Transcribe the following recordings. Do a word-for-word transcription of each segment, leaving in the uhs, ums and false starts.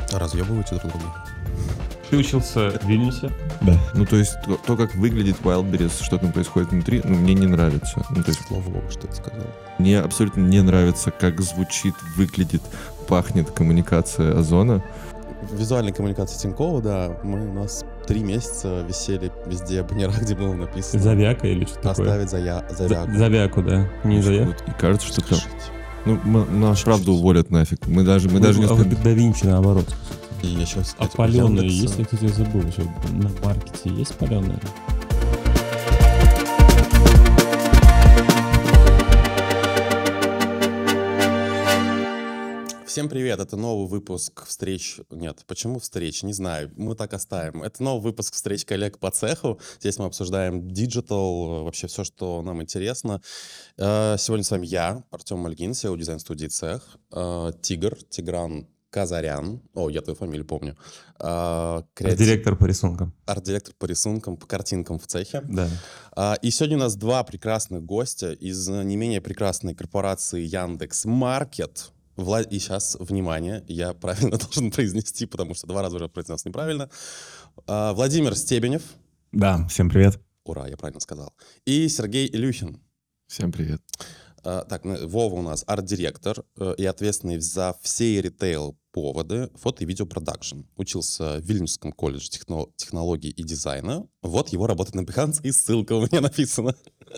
Разъебываете друг друга. Ты учился в Вильнюсе? Да. Ну, то есть то, то, как выглядит Wildberries, что там происходит внутри, ну, мне не нравится. Ну, то есть, Слава богу, что ты сказал. мне абсолютно не нравится, как звучит, выглядит, пахнет коммуникация Озона. Визуальная коммуникация Тинькова, да. Мы у нас три месяца висели везде баннера, где было написано Завяка или что такое? «Оставить зая... завяку». За- Завяку, да. Не завяк. Вот, и кажется, что там... Скажите. Ну, мы- нас правда уволят нафиг. Мы даже, мы даже не А успеем... вот Да Винчи наоборот. И я сейчас, А кстати, паленые Яндекса- есть? Я, кстати, забыл. Что на маркете есть паленые? Всем привет, это новый выпуск встреч... Нет, почему встреч? Не знаю, мы так оставим. Это новый выпуск встреч коллег по цеху. Здесь мы обсуждаем диджитал, вообще все, что нам интересно. Э, Сегодня с вами я, Артем Мальгин, сео дизайн-студии «Цех», э, Тигр, Тигран Казарян, о, я твою фамилию помню, э, креатив- Директор по рисункам. арт-директор по рисункам, по картинкам в цехе. Да. А, И сегодня у нас два прекрасных гостя из э, не менее прекрасной корпорации Яндекс.Маркет. Вла... И сейчас, внимание, я правильно должен произнести, потому что два раза уже произнес неправильно. А, Владимир Стебенев. Да, всем привет. Ура, я правильно сказал. И Сергей Илюхин. Всем привет. А, Так, ну, Вова у нас арт-директор э, и ответственный за все ритейл-поводы, фото- и видеопродакшн. Учился в Вильнюсском колледже техно- технологий и дизайна. Вот его работа на Behance, и ссылка у меня написана.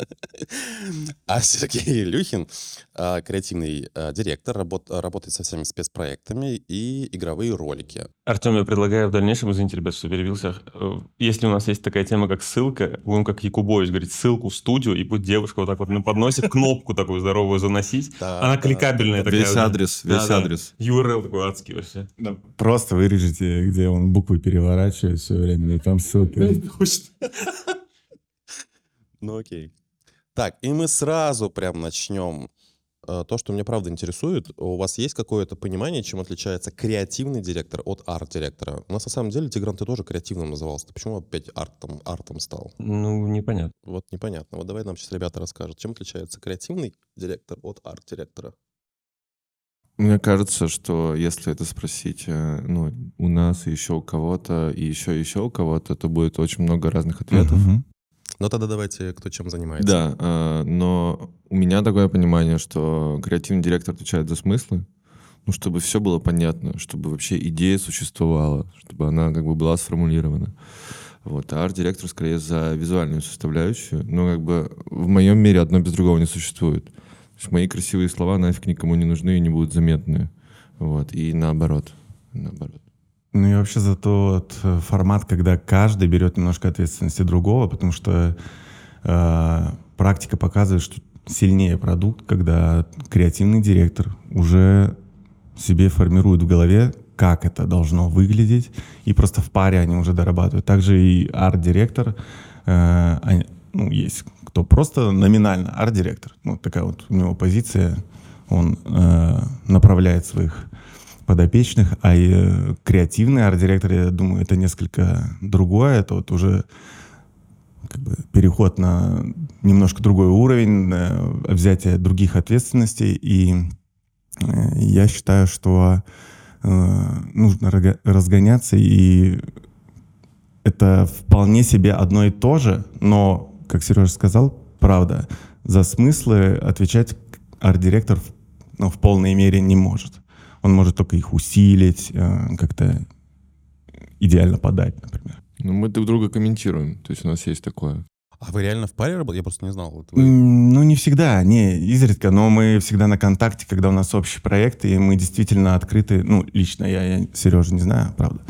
А Сергей Илюхин, а, креативный а, директор, работ- работает со всеми спецпроектами и игровые ролики. Артем, я предлагаю в дальнейшем, извините, ребят, что перебился. э, Если у нас есть такая тема, как ссылка, будем как Якубович говорить, ссылку в студию, и будет девушка вот так вот на подносе кнопку такую здоровую заносить. Да, Она да. кликабельная такая. Весь уже. адрес, весь Да-да. адрес. ю ар эл такой адский вообще. Просто вырежете, где он буквы переворачивает все время, и там ссылки. Ну окей. Так, и мы сразу прям начнем. Э, То, что меня правда интересует, у вас есть какое-то понимание, чем отличается креативный директор от арт-директора? У нас на самом деле, Тигран, ты тоже креативным назывался. Ты почему опять артом, артом стал? Ну, непонятно. Вот непонятно. Вот давай нам сейчас ребята расскажут, чем отличается креативный директор от арт-директора? Мне кажется, что если это спросить, э, ну, у нас и еще у кого-то, и еще и еще у кого-то, то будет очень много разных ответов. Мгм. Ну тогда давайте, кто чем занимается. Да, э, но у меня такое понимание, что креативный директор отвечает за смыслы, ну, чтобы все было понятно, чтобы вообще идея существовала, чтобы она как бы была сформулирована. Вот. А арт-директор скорее за визуальную составляющую. Но как бы в моем мире одно без другого не существует. То есть мои красивые слова нафиг никому не нужны и не будут заметны. Вот. И наоборот. Наоборот. Ну и вообще за тот э, формат, когда каждый берет немножко ответственности другого, потому что э, практика показывает, что сильнее продукт, когда креативный директор уже себе формирует в голове, как это должно выглядеть, и просто в паре они уже дорабатывают. Также и арт-директор, э, они- ну, есть кто просто номинально арт-директор, ну, такая вот у него позиция, он э, направляет своих подопечных, а и, э, креативный арт-директор, я думаю, это несколько другое, это вот уже как бы переход на немножко другой уровень, э, взятие других ответственностей, и э, я считаю, что э, нужно рога- разгоняться, и это вполне себе одно и то же, но, как Сережа сказал, правда, за смыслы отвечать арт-директор в, ну, в полной мере не может. Он может только их усилить, э, как-то идеально подать, например. Ну, мы друг друга комментируем. То есть у нас есть такое. А вы реально в паре работаете? Я просто не знал. Вот вы- М, Ну, не всегда, не, изредка, но мы всегда на контакте, когда у нас общий проект, и мы действительно открыты, ну, лично я, я Сережа не знаю, правда.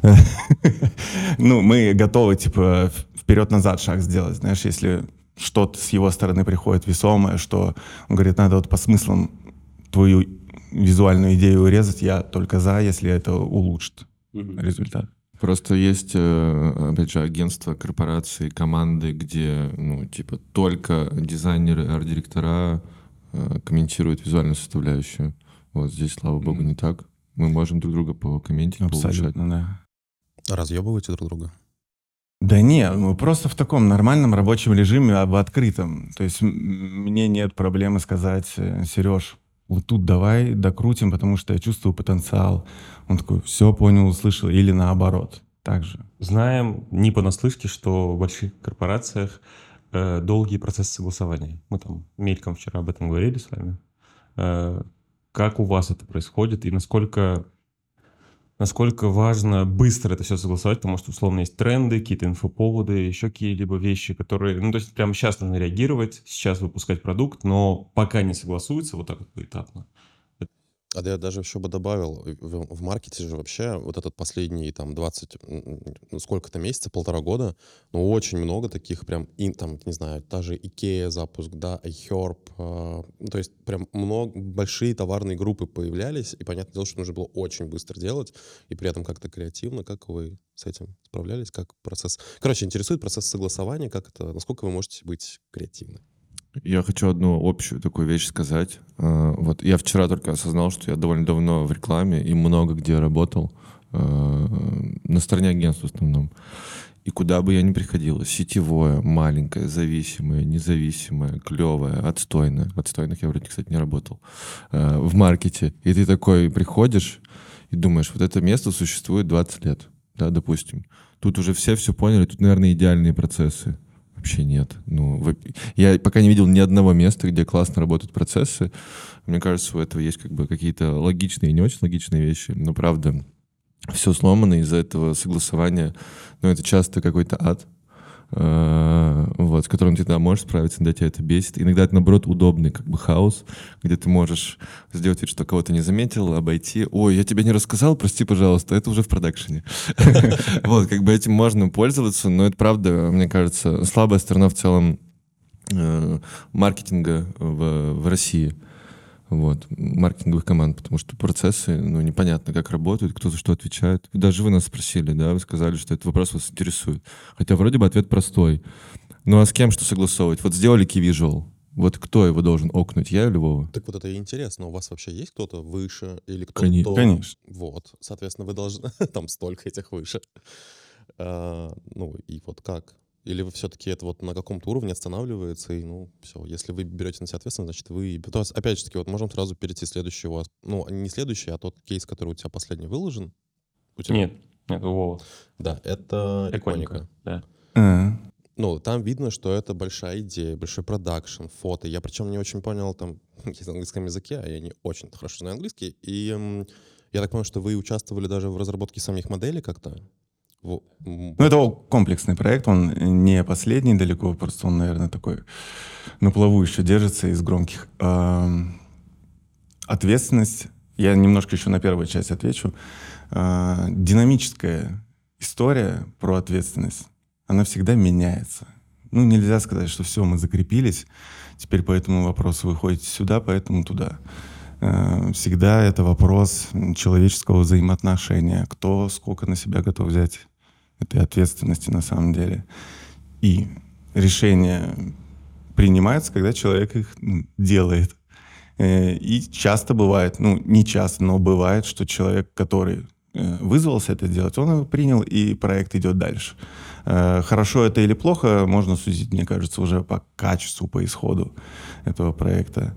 Ну, мы готовы, типа, в- вперед-назад шаг сделать, знаешь, если что-то с его стороны приходит весомое, что он говорит, надо вот по смыслам твою визуальную идею урезать, я только за, если это улучшит результат. Просто есть, э, опять же, агентства, корпорации, команды, где, ну, типа, только дизайнеры, арт-директора э, комментируют визуальную составляющую. Вот здесь, слава богу, не так. Мы можем друг друга покомментить, поулучшать. Абсолютно, да. Разъебываете друг друга? Да не, мы просто в таком нормальном рабочем режиме, а в открытом. То есть м, мне нет проблемы сказать, э, Сереж, вот тут давай докрутим, потому что я чувствую потенциал. Он такой, все понял, услышал, или наоборот, так же. Знаем не понаслышке, что в больших корпорациях э, долгие процессы согласования. Мы там мельком вчера об этом говорили с вами. Э, как у вас это происходит и насколько, насколько важно быстро это все согласовать, потому что, условно, есть тренды, какие-то инфоповоды, еще какие-либо вещи, которые... Ну, то есть прямо сейчас нужно реагировать, сейчас выпускать продукт, но пока не согласуется, вот так вот поэтапно. А да я даже еще бы добавил, в, в маркете же вообще вот этот последний там двадцать, ну, сколько-то месяцев, полтора года, ну, очень много таких прям, и, там, не знаю, та же Икея запуск, да, iHerb, э, ну, то есть прям много, большие товарные группы появлялись, и понятное дело, что нужно было очень быстро делать, и при этом как-то креативно. Как вы с этим справлялись, как процесс... Короче, интересует процесс согласования, как это, насколько вы можете быть креативны? Я хочу одну общую такую вещь сказать. А, Вот я вчера только осознал, что я довольно давно в рекламе и много где работал, а, на стороне агентства в основном. И куда бы я ни приходил, сетевое, маленькое, зависимое, независимое, клевое, отстойное. Отстойных я вроде, кстати, не работал. а, В маркете. И ты такой приходишь и думаешь, вот это место существует двадцать лет, да, допустим. Тут уже все все поняли, тут, наверное, идеальные процессы. Вообще нет. Ну, во- я пока не видел ни одного места, где классно работают процессы. Мне кажется, у этого есть как бы какие-то логичные и не очень логичные вещи. Но правда, все сломано из-за этого согласования. Но это часто какой-то ад, э, вот, с которым ты, да, можешь справиться, иногда тебя это бесит. Иногда это, наоборот, удобный как бы хаос, где ты можешь сделать вид, что кого-то не заметил, обойти. Ой, я тебе не рассказал, прости, пожалуйста, это уже в продакшене. Вот, как бы этим можно пользоваться, но это, правда, мне кажется, слабая сторона в целом э, маркетинга в, в России. Вот, маркетинговых команд, потому что процессы, ну, непонятно, как работают, кто за что отвечает. Даже вы нас спросили, да, вы сказали, что этот вопрос вас интересует. Хотя вроде бы ответ простой. Ну, а с кем что согласовывать? Вот сделали Key Visual. Вот кто его должен окнуть, я или Вова? Так вот это и интересно. У вас вообще есть кто-то выше или кто-то... Конечно. Конечно. Вот. Соответственно, вы должны... Там столько этих выше. А, ну, и вот как? Или вы все-таки это вот на каком-то уровне останавливается, и, ну, все, если вы берете на себя ответственность, значит, вы... То есть, опять же таки, вот можем сразу перейти к следующему. Ну, не следующий, а тот кейс, который у тебя последний выложен. У тебя? Нет, нет, Вова. Да, это Иконика. иконика. Да. А, Ну, там видно, что это большая идея, большой продакшн, фото. Я причем не очень понял, там, есть на английском языке, а я не очень хорошо знаю английский. И м, я так понял, что вы участвовали даже в разработке самих моделей как-то. Во- м, Ну, это комплексный проект, он не последний далеко, просто он, наверное, такой на плаву еще держится из громких. Ам, Ответственность, я немножко еще на первую часть отвечу. А, Динамическая история про ответственность, она всегда меняется. Ну, нельзя сказать, что все, мы закрепились, теперь по этому вопросу вы ходите сюда, поэтому туда. Э, Всегда это вопрос человеческого взаимоотношения, кто сколько на себя готов взять этой ответственности на самом деле. И решение принимается, когда человек их м, делает. Э, И часто бывает, ну не часто, но бывает, что человек, который э, вызвался это делать, он его принял, и проект идет дальше. Э, Хорошо это или плохо, можно судить, мне кажется, уже по качеству, по исходу этого проекта.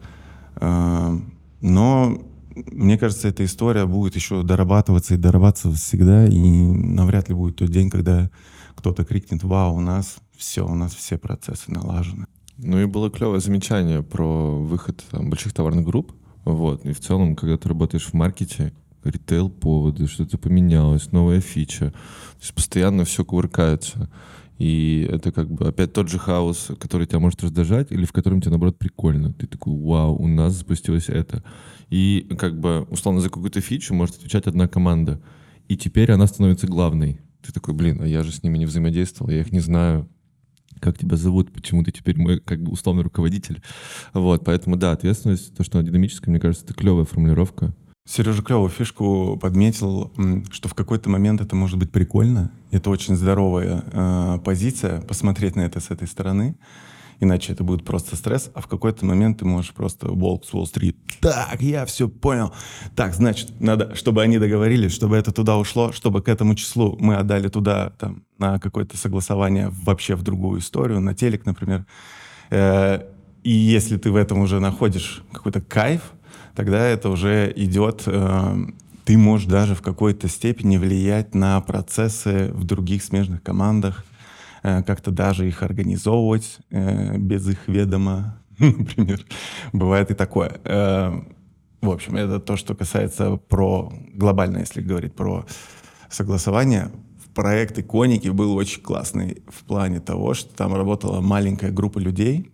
Э, Но мне кажется, эта история будет еще дорабатываться и дорабатываться всегда, и навряд ли будет тот день, когда кто-то крикнет: «Вау, у нас все, у нас все процессы налажены». Ну и было клевое замечание про выход там, больших товарных групп. Вот. И в целом, когда ты работаешь в маркете, ритейл-поводы, что-то поменялось, новая фича. То есть постоянно все кувыркается. И это как бы опять тот же хаос, который тебя может раздражать, или в котором тебе, наоборот, прикольно. Ты такой: вау, у нас запустилось это. И как бы, условно, за какую-то фичу может отвечать одна команда. И теперь она становится главной. Ты такой: блин, а я же с ними не взаимодействовал, я их не знаю. Как тебя зовут, почему ты теперь мой, как бы, условный руководитель. Вот, поэтому, да, ответственность, то, что она динамическая, мне кажется, это клевая формулировка. Сережа клевую фишку подметил, м, что в какой-то момент это может быть прикольно. Это очень здоровая э, позиция, посмотреть на это с этой стороны. Иначе это будет просто стресс. А в какой-то момент ты можешь просто волк с Уолл-стрит. Так, я все понял. Так, значит, надо, чтобы они договорились, чтобы это туда ушло, чтобы к этому числу мы отдали туда там, на какое-то согласование вообще в другую историю, на телек, например. Э, и если ты в этом уже находишь какой-то кайф, тогда это уже идет... э, Ты можешь даже в какой-то степени влиять на процессы в других смежных командах, э, как-то даже их организовывать э, без их ведома, например. Бывает и такое. Э, В общем, это то, что касается про глобально, если говорить про согласование. Проект «Иконики» был очень классный в плане того, что там работала маленькая группа людей,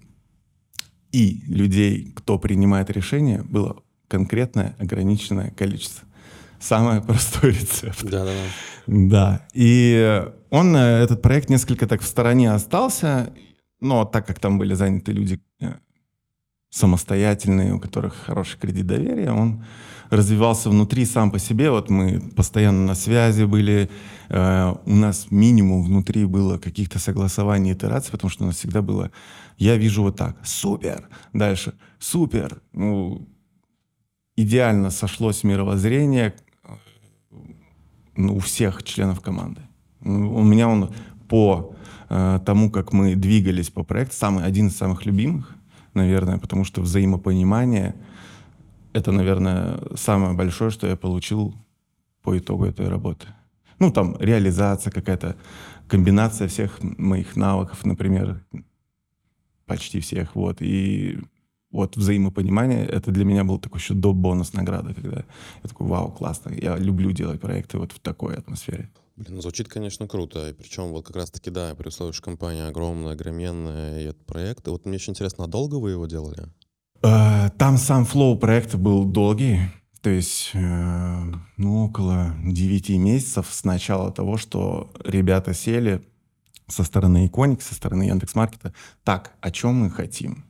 и людей, кто принимает решения, было конкретное ограниченное количество. Самый простой рецепт. Да-да-да. Да. И он, э, этот проект, несколько так в стороне остался, но так как там были заняты люди э, самостоятельные, у которых хороший кредит доверия, он развивался внутри сам по себе. Вот мы постоянно на связи были, э, у нас минимум внутри было каких-то согласований, итераций, потому что у нас всегда было: я вижу вот так, супер, дальше, супер. Ну, идеально сошлось мировоззрение, ну, у всех членов команды. Ну, у меня он по э, тому, как мы двигались по проекту, самый, один из самых любимых, наверное, потому что взаимопонимание — это, наверное, самое большое, что я получил по итогу этой работы. Ну, там реализация какая-то, комбинация всех моих навыков, например, почти всех, вот, и вот взаимопонимание, это для меня был такой еще доп. Бонус награда, когда я такой: вау, классно, я люблю делать проекты вот в такой атмосфере. Блин, ну, звучит, конечно, круто. И причем вот как раз-таки, да, при условии, что компания огромная, огроменная, и это проект. И вот мне еще интересно, а долго вы его делали? Э, Там сам флоу проекта был долгий, то есть э, ну, около девяти месяцев с начала того, что ребята сели со стороны Иконик, со стороны Яндекс.Маркета: так, о чем мы хотим?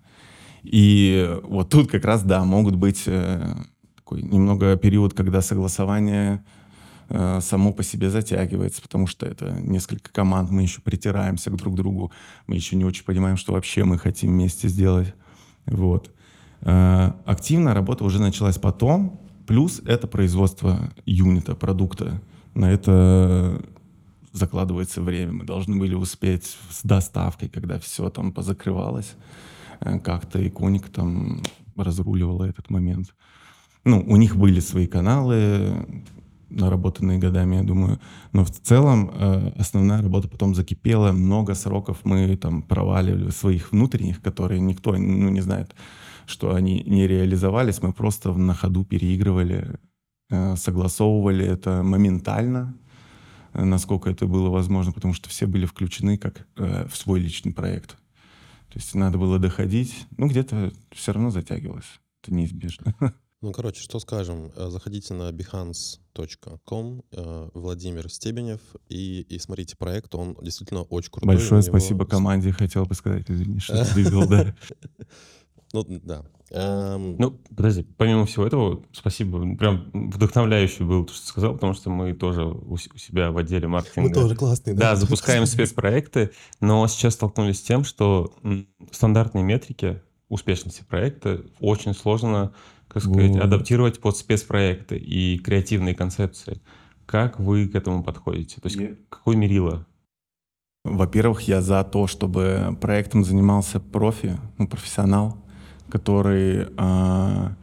И вот тут как раз, да, могут быть э, такой немного период, когда согласование э, само по себе затягивается, потому что это несколько команд, мы еще притираемся к друг другу, мы еще не очень понимаем, что вообще мы хотим вместе сделать. Вот. Э, активная работа уже началась потом, плюс это производство юнита, продукта. На это закладывается время. Мы должны были успеть с доставкой, когда все там позакрывалось. Как-то Иконик там разруливала этот момент. Ну, у них были свои каналы, наработанные годами, я думаю. Но в целом э, основная работа потом закипела. Много сроков мы там проваливали своих внутренних, которые никто ну, не знает, что они не реализовались. Мы просто на ходу переигрывали, э, согласовывали это моментально, э, насколько это было возможно, потому что все были включены как э, в свой личный проект. То есть надо было доходить, ну, где-то все равно затягивалось. Это неизбежно. Ну, короче, что скажем. Заходите на behance точка com, Владимир Стебенев, и, и смотрите проект. Он действительно очень крутой. Большое него... спасибо команде, хотел бы сказать, извини, что перебил, да. Ну, да. Эм, Ну, подожди, помимо всего этого, спасибо. Прям вдохновляющий был то, что ты сказал, потому что мы тоже у с- у себя в отделе маркетинга Мы тоже классные, да? да, запускаем спецпроекты, но сейчас столкнулись с тем, что м, стандартные метрики успешности проекта очень сложно, как сказать, Вот. адаптировать под спецпроекты и креативные концепции. Как вы к этому подходите? То есть Я- какое мерило? Во-первых, я за то, чтобы проектом занимался профи, ну, профессионал, который а,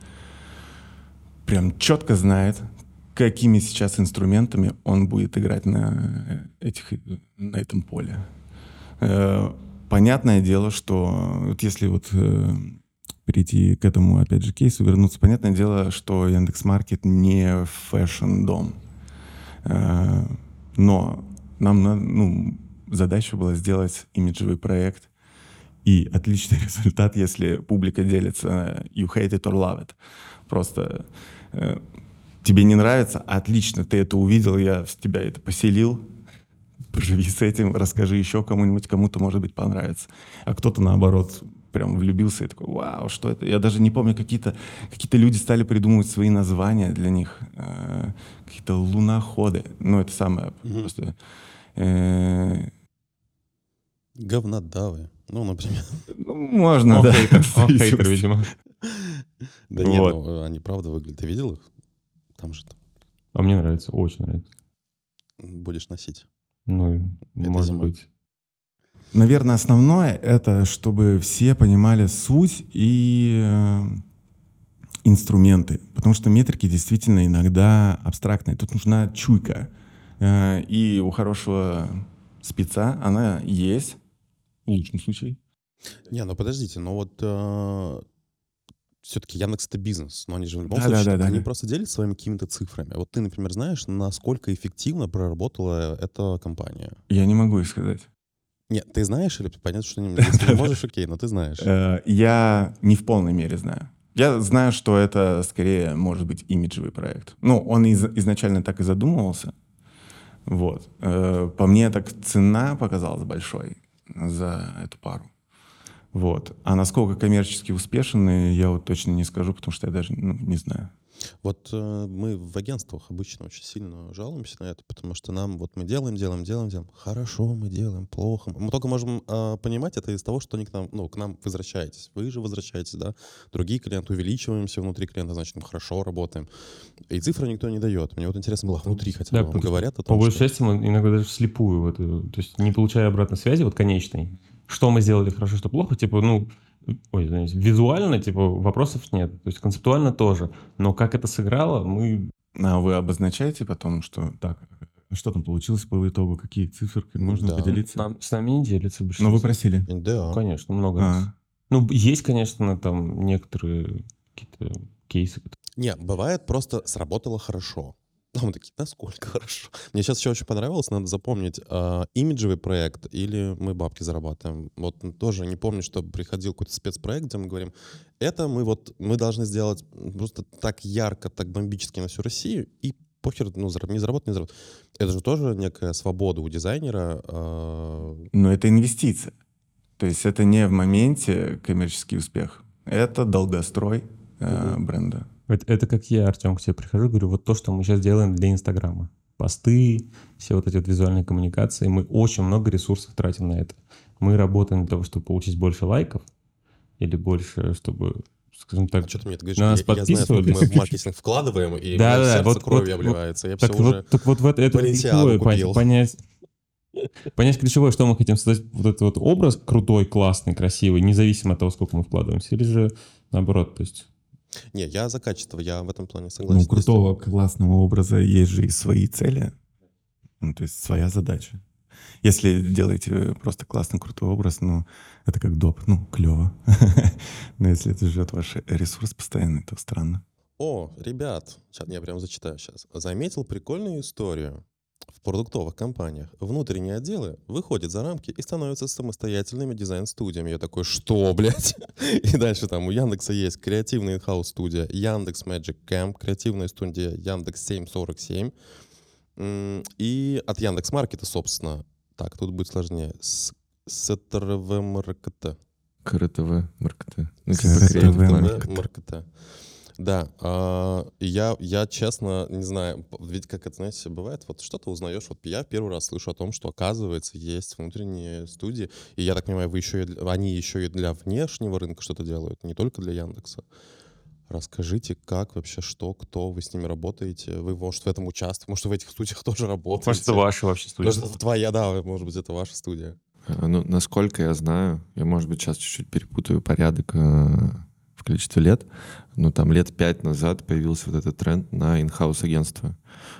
прям четко знает, какими сейчас инструментами он будет играть на, этих, на этом поле. Э, Понятное дело, что вот если вот э, перейти к этому, опять же, кейсу, вернуться, понятное дело, что Яндекс.Маркет не фэшн-дом. Э, Но нам надо, ну, задача была сделать имиджевый проект и отличный результат, если публика делится you hate it or love it. Просто э, тебе не нравится, отлично, ты это увидел, я в тебя это поселил, поживи с этим, расскажи еще кому-нибудь, кому-то, может быть, понравится. А кто-то, наоборот, прям влюбился и такой: вау, что это? Я даже не помню, какие-то какие-то люди стали придумывать свои названия для них, э, какие-то луноходы. Ну, это самое Мгм. просто... э, Говнодавы. Ну, например. ну, можно, О, да. хейтер, в о, хейтер, зависимости. видимо. Да нет, Вот. ну, они правда выглядят. Ты видел их? Там же А мне нравится, очень нравится. будешь носить. Ну, Это может зимой. быть. Наверное, основное — это чтобы все понимали суть и э, инструменты, потому что метрики действительно иногда абстрактные. Тут нужна чуйка. Э, И у хорошего спеца она есть, в лучшем случае. Не, ну подождите, но вот э, все-таки Яндекс это бизнес, но они же в любом Да, случае, да, да, они да. просто делятся своими какими-то цифрами. Вот ты, например, знаешь, насколько эффективно проработала эта компания? Я не могу их сказать. Нет, ты знаешь или понятно, что не, если не можешь, окей, но ты знаешь. Э, Я не в полной мере знаю. Я знаю, что это скорее может быть имиджевый проект. Ну, он из- изначально так и задумывался. Вот. Э, По мне, так цена показалась большой за эту пару. Вот. А насколько коммерчески успешен, я вот точно не скажу, потому что я даже ну, не знаю. Вот э, мы в агентствах обычно очень сильно жалуемся на это, потому что нам вот мы делаем, делаем, делаем, делаем. Хорошо, мы делаем, плохо. Мы только можем э, понимать это из того, что они к нам, ну, к нам возвращаетесь. Вы же возвращаетесь, да. Другие клиенты, увеличиваемся внутри клиента, значит, мы хорошо работаем. И цифры никто не дает. Мне вот интересно было внутри хотя бы. Да, Вам по- говорят о По том, большей что... части мы иногда даже вслепую, вот, э, то есть не получая обратной связи, вот конечной, что мы сделали хорошо, что плохо, типа, ну, ой, извините, визуально, типа, вопросов нет, то есть концептуально тоже, но как это сыграло, мы... А вы обозначаете потом, что так, что там получилось по итогу, какие циферки, можно Да. поделиться? Нам, с нами не делится большинство. Но вы просили. Да. Конечно, много раз. А, Ну, есть, конечно, там некоторые какие-то кейсы. Не, бывает просто сработало хорошо. А мы такие, насколько хорошо. Мне сейчас еще очень понравилось, надо запомнить, а, имиджевый проект или мы бабки зарабатываем. Вот тоже не помню, что приходил какой-то спецпроект, где мы говорим, это мы вот, мы должны сделать просто так ярко, так бомбически на всю Россию, и похер, ну, зараб- не заработать, не заработать. Это же тоже некая свобода у дизайнера. а, но это инвестиция. То есть это не в моменте коммерческий успех. Это долгострой э, Мгм. бренда. Это, это как я, Артем, к тебе прихожу, говорю, вот то, что мы сейчас делаем для Инстаграма. Посты, все вот эти вот визуальные коммуникации, мы очень много ресурсов тратим на это. Мы работаем для того, чтобы получить больше лайков или больше, чтобы, скажем так, А что ты мне это говоришь? на нас Я, я знаю, сколько мы подписывались. в маркетинг вкладываем, и Да, мое да, сердце вот- кровью вот- обливается. Я Так все уже... вот, так вот, вот это Баленсиагу ключевое, купил. понять, понять, понять ключевое, что мы хотим создать, вот этот вот образ крутой, классный, красивый, независимо от того, сколько мы вкладываемся, или же наоборот, то есть... Не, я за качество, я в этом плане согласен. Ну, у крутого, классного образа есть же и свои цели. Ну, то есть своя задача. Если делаете просто классный, крутой образ, ну, это как доп. Ну, клево. Но если это ждет ваш ресурс постоянно, то странно. О, ребят, сейчас я прям зачитаю сейчас. Заметил прикольную историю. В продуктовых компаниях внутренние отделы выходят за рамки и становятся самостоятельными дизайн-студиями. Я такой, что, блядь? И дальше там у Яндекса есть креативная инхаус студия Яндекс Magic Camp, креативная студия Яндекс семь сорок семь. М, И от Яндекс Маркета, собственно, так, тут будет сложнее, с СТРВМРКТ. КРТВ, МРКТ. Ну, КРТВ, типа креатив МРКТ. план. МРКТ. МРКТ. Да, а, я, я честно не знаю, п- ведь как это, знаете, бывает, вот что ты узнаешь, вот я первый раз слышу о том, что, оказывается, есть внутренние студии, и я так понимаю, вы еще и для- они еще и для внешнего рынка что-то делают, не только для Яндекса. Расскажите, как вообще, что, кто, вы с ними работаете, вы, может, в этом участвуете, может, вы в этих студиях тоже работаете. Может, это ваша вообще студия? Может, это твоя, да, может быть, это ваша студия. А, Ну, насколько я знаю, я, может быть, сейчас чуть-чуть перепутаю порядок э, в количестве лет, но там лет пять назад появился вот этот тренд на инхаус агентство.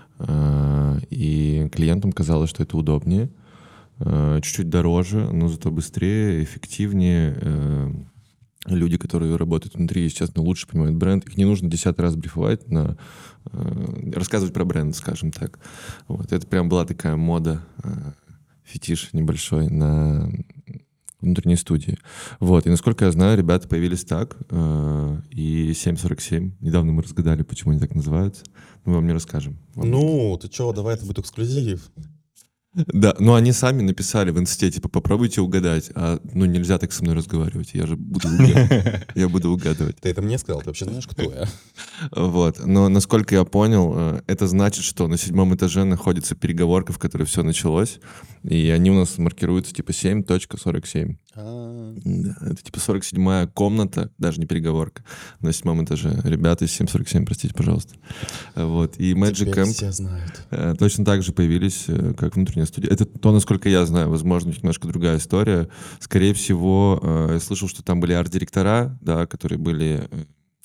Э, И клиентам казалось, что это удобнее, э, чуть-чуть дороже, но зато быстрее, эффективнее. Э, Люди, которые работают внутри, естественно, лучше понимают бренд. Их не нужно десятый раз брифовать, на, э, рассказывать про бренд, скажем так. Вот. Это прям была такая мода, э, фетиш небольшой на внутренней студии. Вот. И насколько я знаю, ребята появились так. э, И семь сорок семь. Недавно мы разгадали, почему они так называются. Мы вам не расскажем. Вам- Ну, ты что, давай это будет эксклюзив. Да, но они сами написали в институте, типа, попробуйте угадать. А, ну, нельзя так со мной разговаривать. Я же буду угадывать. Я буду угадывать. Ты это мне сказал, ты вообще знаешь, кто я? Вот. Но, насколько я понял, э, это значит, что на седьмом этаже находится переговорка, в которой все началось. И они у нас маркируются типа семь сорок семь. А, Да, это типа сорок седьмая комната, даже не переговорка, на седьмом этаже. Ребята из семь сорок семь, простите, пожалуйста. Вот. И Magic теперь Camp все знают. э, точно так же появились, э, как внутренняя студия. Это то, насколько я знаю. Возможно, немножко другая история. Скорее всего, э, я слышал, что там были арт-директора, да, которые были э,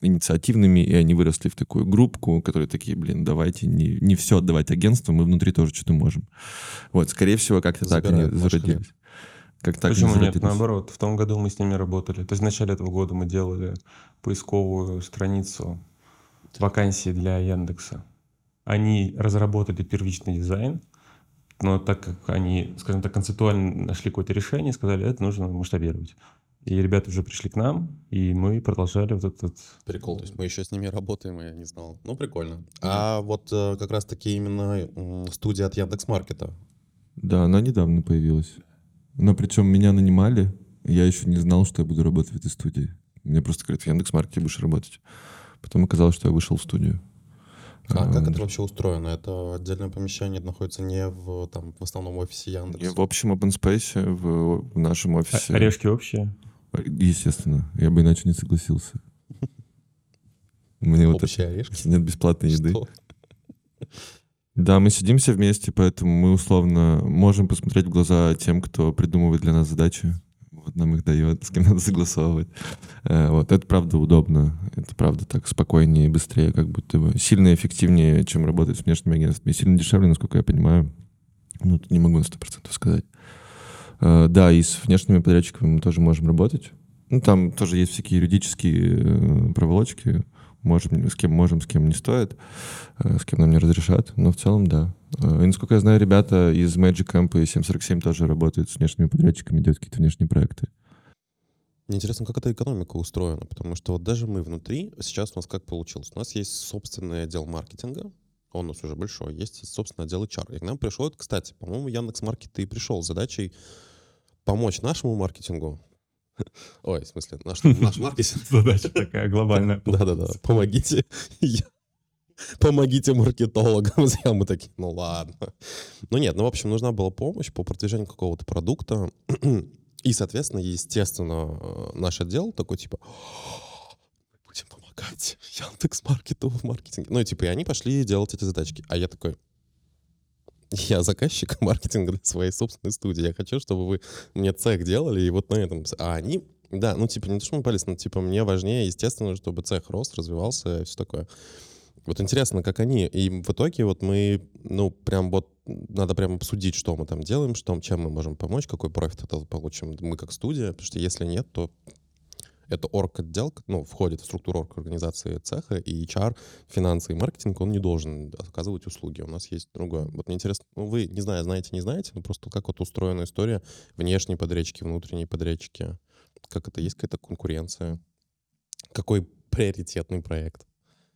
инициативными, и они выросли в такую группку, которые такие, блин, давайте не, не все отдавать агентству, мы внутри тоже что-то можем. Вот, скорее всего, как-то так они Забирают, может, зародились. Как так Почему они нет? зародились. Наоборот, в том году мы с ними работали. То есть в начале этого года мы делали поисковую страницу вакансий для Яндекса. Они разработали первичный дизайн, но так как они, скажем так, концептуально нашли какое-то решение, сказали, это нужно масштабировать. И ребята уже пришли к нам, и мы продолжали вот этот... Прикол, то есть мы еще с ними работаем, я не знал. Ну, прикольно. А вот э, как раз-таки именно м, студия от Яндекс.Маркета. Да, она недавно появилась. Но причем меня нанимали, я еще не знал, что я буду работать в этой студии. Мне просто говорят, в Яндекс.Маркете будешь работать. Потом оказалось, что я вышел в студию. А А, как это вообще устроено? Это отдельное помещение находится не в, там, в основном офисе Я Яндекса? в общем open space, в, в нашем офисе. А- Орешки общие. Естественно, я бы иначе не согласился. Мне вот Общие это- орешки? если нет бесплатной еды. Что? Да, мы сидим все вместе, поэтому мы условно можем посмотреть в глаза тем, кто придумывает для нас задачи. Вот нам их дает, с кем надо согласовывать. Э, Вот это правда удобно. Это правда так спокойнее и быстрее, как будто бы. Сильно эффективнее, чем работать с внешними агентствами. И сильно дешевле, насколько я понимаю. Ну, тут не могу на сто процентов сказать. Э, Да, и с внешними подрядчиками мы тоже можем работать. Ну, там тоже есть всякие юридические э, проволочки. Можем, с кем можем, с кем не стоит, э, с кем нам не разрешат. Но в целом, да. Э, И, насколько я знаю, ребята из Magic Camp и семь сорок семь тоже работают с внешними подрядчиками, делают какие-то внешние проекты. Мне интересно, как эта экономика устроена, потому что вот даже мы внутри, сейчас у нас как получилось? У нас есть собственный отдел маркетинга, он у нас уже большой, есть собственный отдел эйч ар. И к нам пришел, кстати, по-моему, Яндекс.Маркет и пришел с задачей помочь нашему маркетингу. Ой, в смысле, наш, наш маркетинг. Задача такая глобальная. Да-да-да, помогите. Я- Помогите маркетологам. А мы такие, ну ладно. Ну нет, ну в общем, нужна была помощь по продвижению какого-то продукта. И, соответственно, естественно, э, наш отдел такой типа, мы будем помогать Яндекс.Маркету в маркетинге. Ну и типа, и они пошли делать эти задачки. А я такой, я заказчик маркетинга для своей собственной студии. Я хочу, чтобы вы мне цех делали, и вот на этом... с- А они... Да, ну типа, не то, что мы пались, но типа мне важнее, естественно, чтобы цех рос, развивался и все такое. Вот интересно, как они. И в итоге вот мы, ну, прям вот надо прям обсудить, что мы там делаем, что, чем мы можем помочь, какой профит от этого получим мы как студия, потому что если нет, то это орг-отдел, ну, входит в структуру орг-организации цеха, и эйч ар, финансы и маркетинг, он не должен оказывать услуги. У нас есть другое. Вот мне интересно, ну, вы, не знаю, знаете, не знаете, но просто как вот устроена история, внешние подрядчики, внутренние подрядчики, как это, есть какая-то конкуренция? Какой приоритетный проект?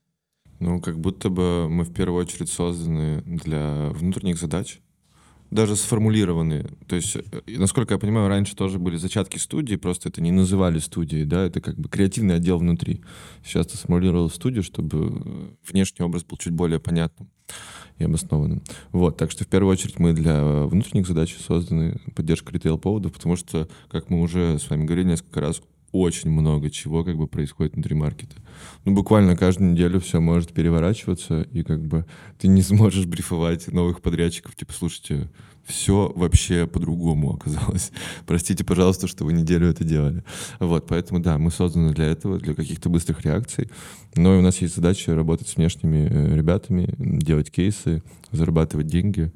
Ну, как будто бы мы в первую очередь созданы для внутренних задач, даже сформулированы. То есть, э, насколько я понимаю, раньше тоже были зачатки студии, просто это не называли студией, да, это как бы креативный отдел внутри. Сейчас ты сформулировал студию, чтобы э, внешний образ был чуть более понятным и обоснованным. Вот, так что в первую очередь мы для э, внутренних задач созданы, поддержка ритейл-поводов, потому что, как мы уже с вами говорили несколько раз, очень много чего как бы происходит внутри маркета. Ну, буквально каждую неделю все может переворачиваться, и как бы ты не сможешь брифовать новых подрядчиков, типа, слушайте, все вообще по-другому оказалось. Простите, пожалуйста, что вы неделю это делали. Вот, поэтому, да, мы созданы для этого, для каких-то быстрых реакций, но и у нас есть задача работать с внешними э, ребятами, делать кейсы, зарабатывать деньги,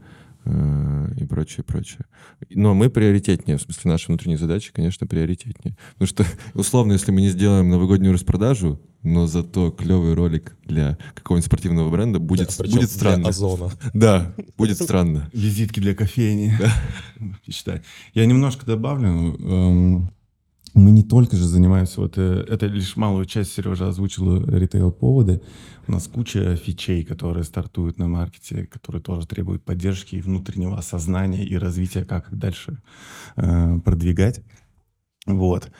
и прочее, прочее. Но мы приоритетнее, в смысле наши внутренние задачи, конечно, приоритетнее. Потому что, условно, если мы не сделаем новогоднюю распродажу, но зато клевый ролик для какого-нибудь спортивного бренда будет, Да, причем будет для странно. Озона. Да, будет странно. Визитки для кофейни. Считай. Я немножко добавлю. эм, Мы не только же занимаемся, вот э, это лишь малую часть Сережа озвучил ритейл-поводы. У нас куча фичей, которые стартуют на маркете, которые тоже требуют поддержки и внутреннего осознания и развития, как их дальше э, продвигать. Вот.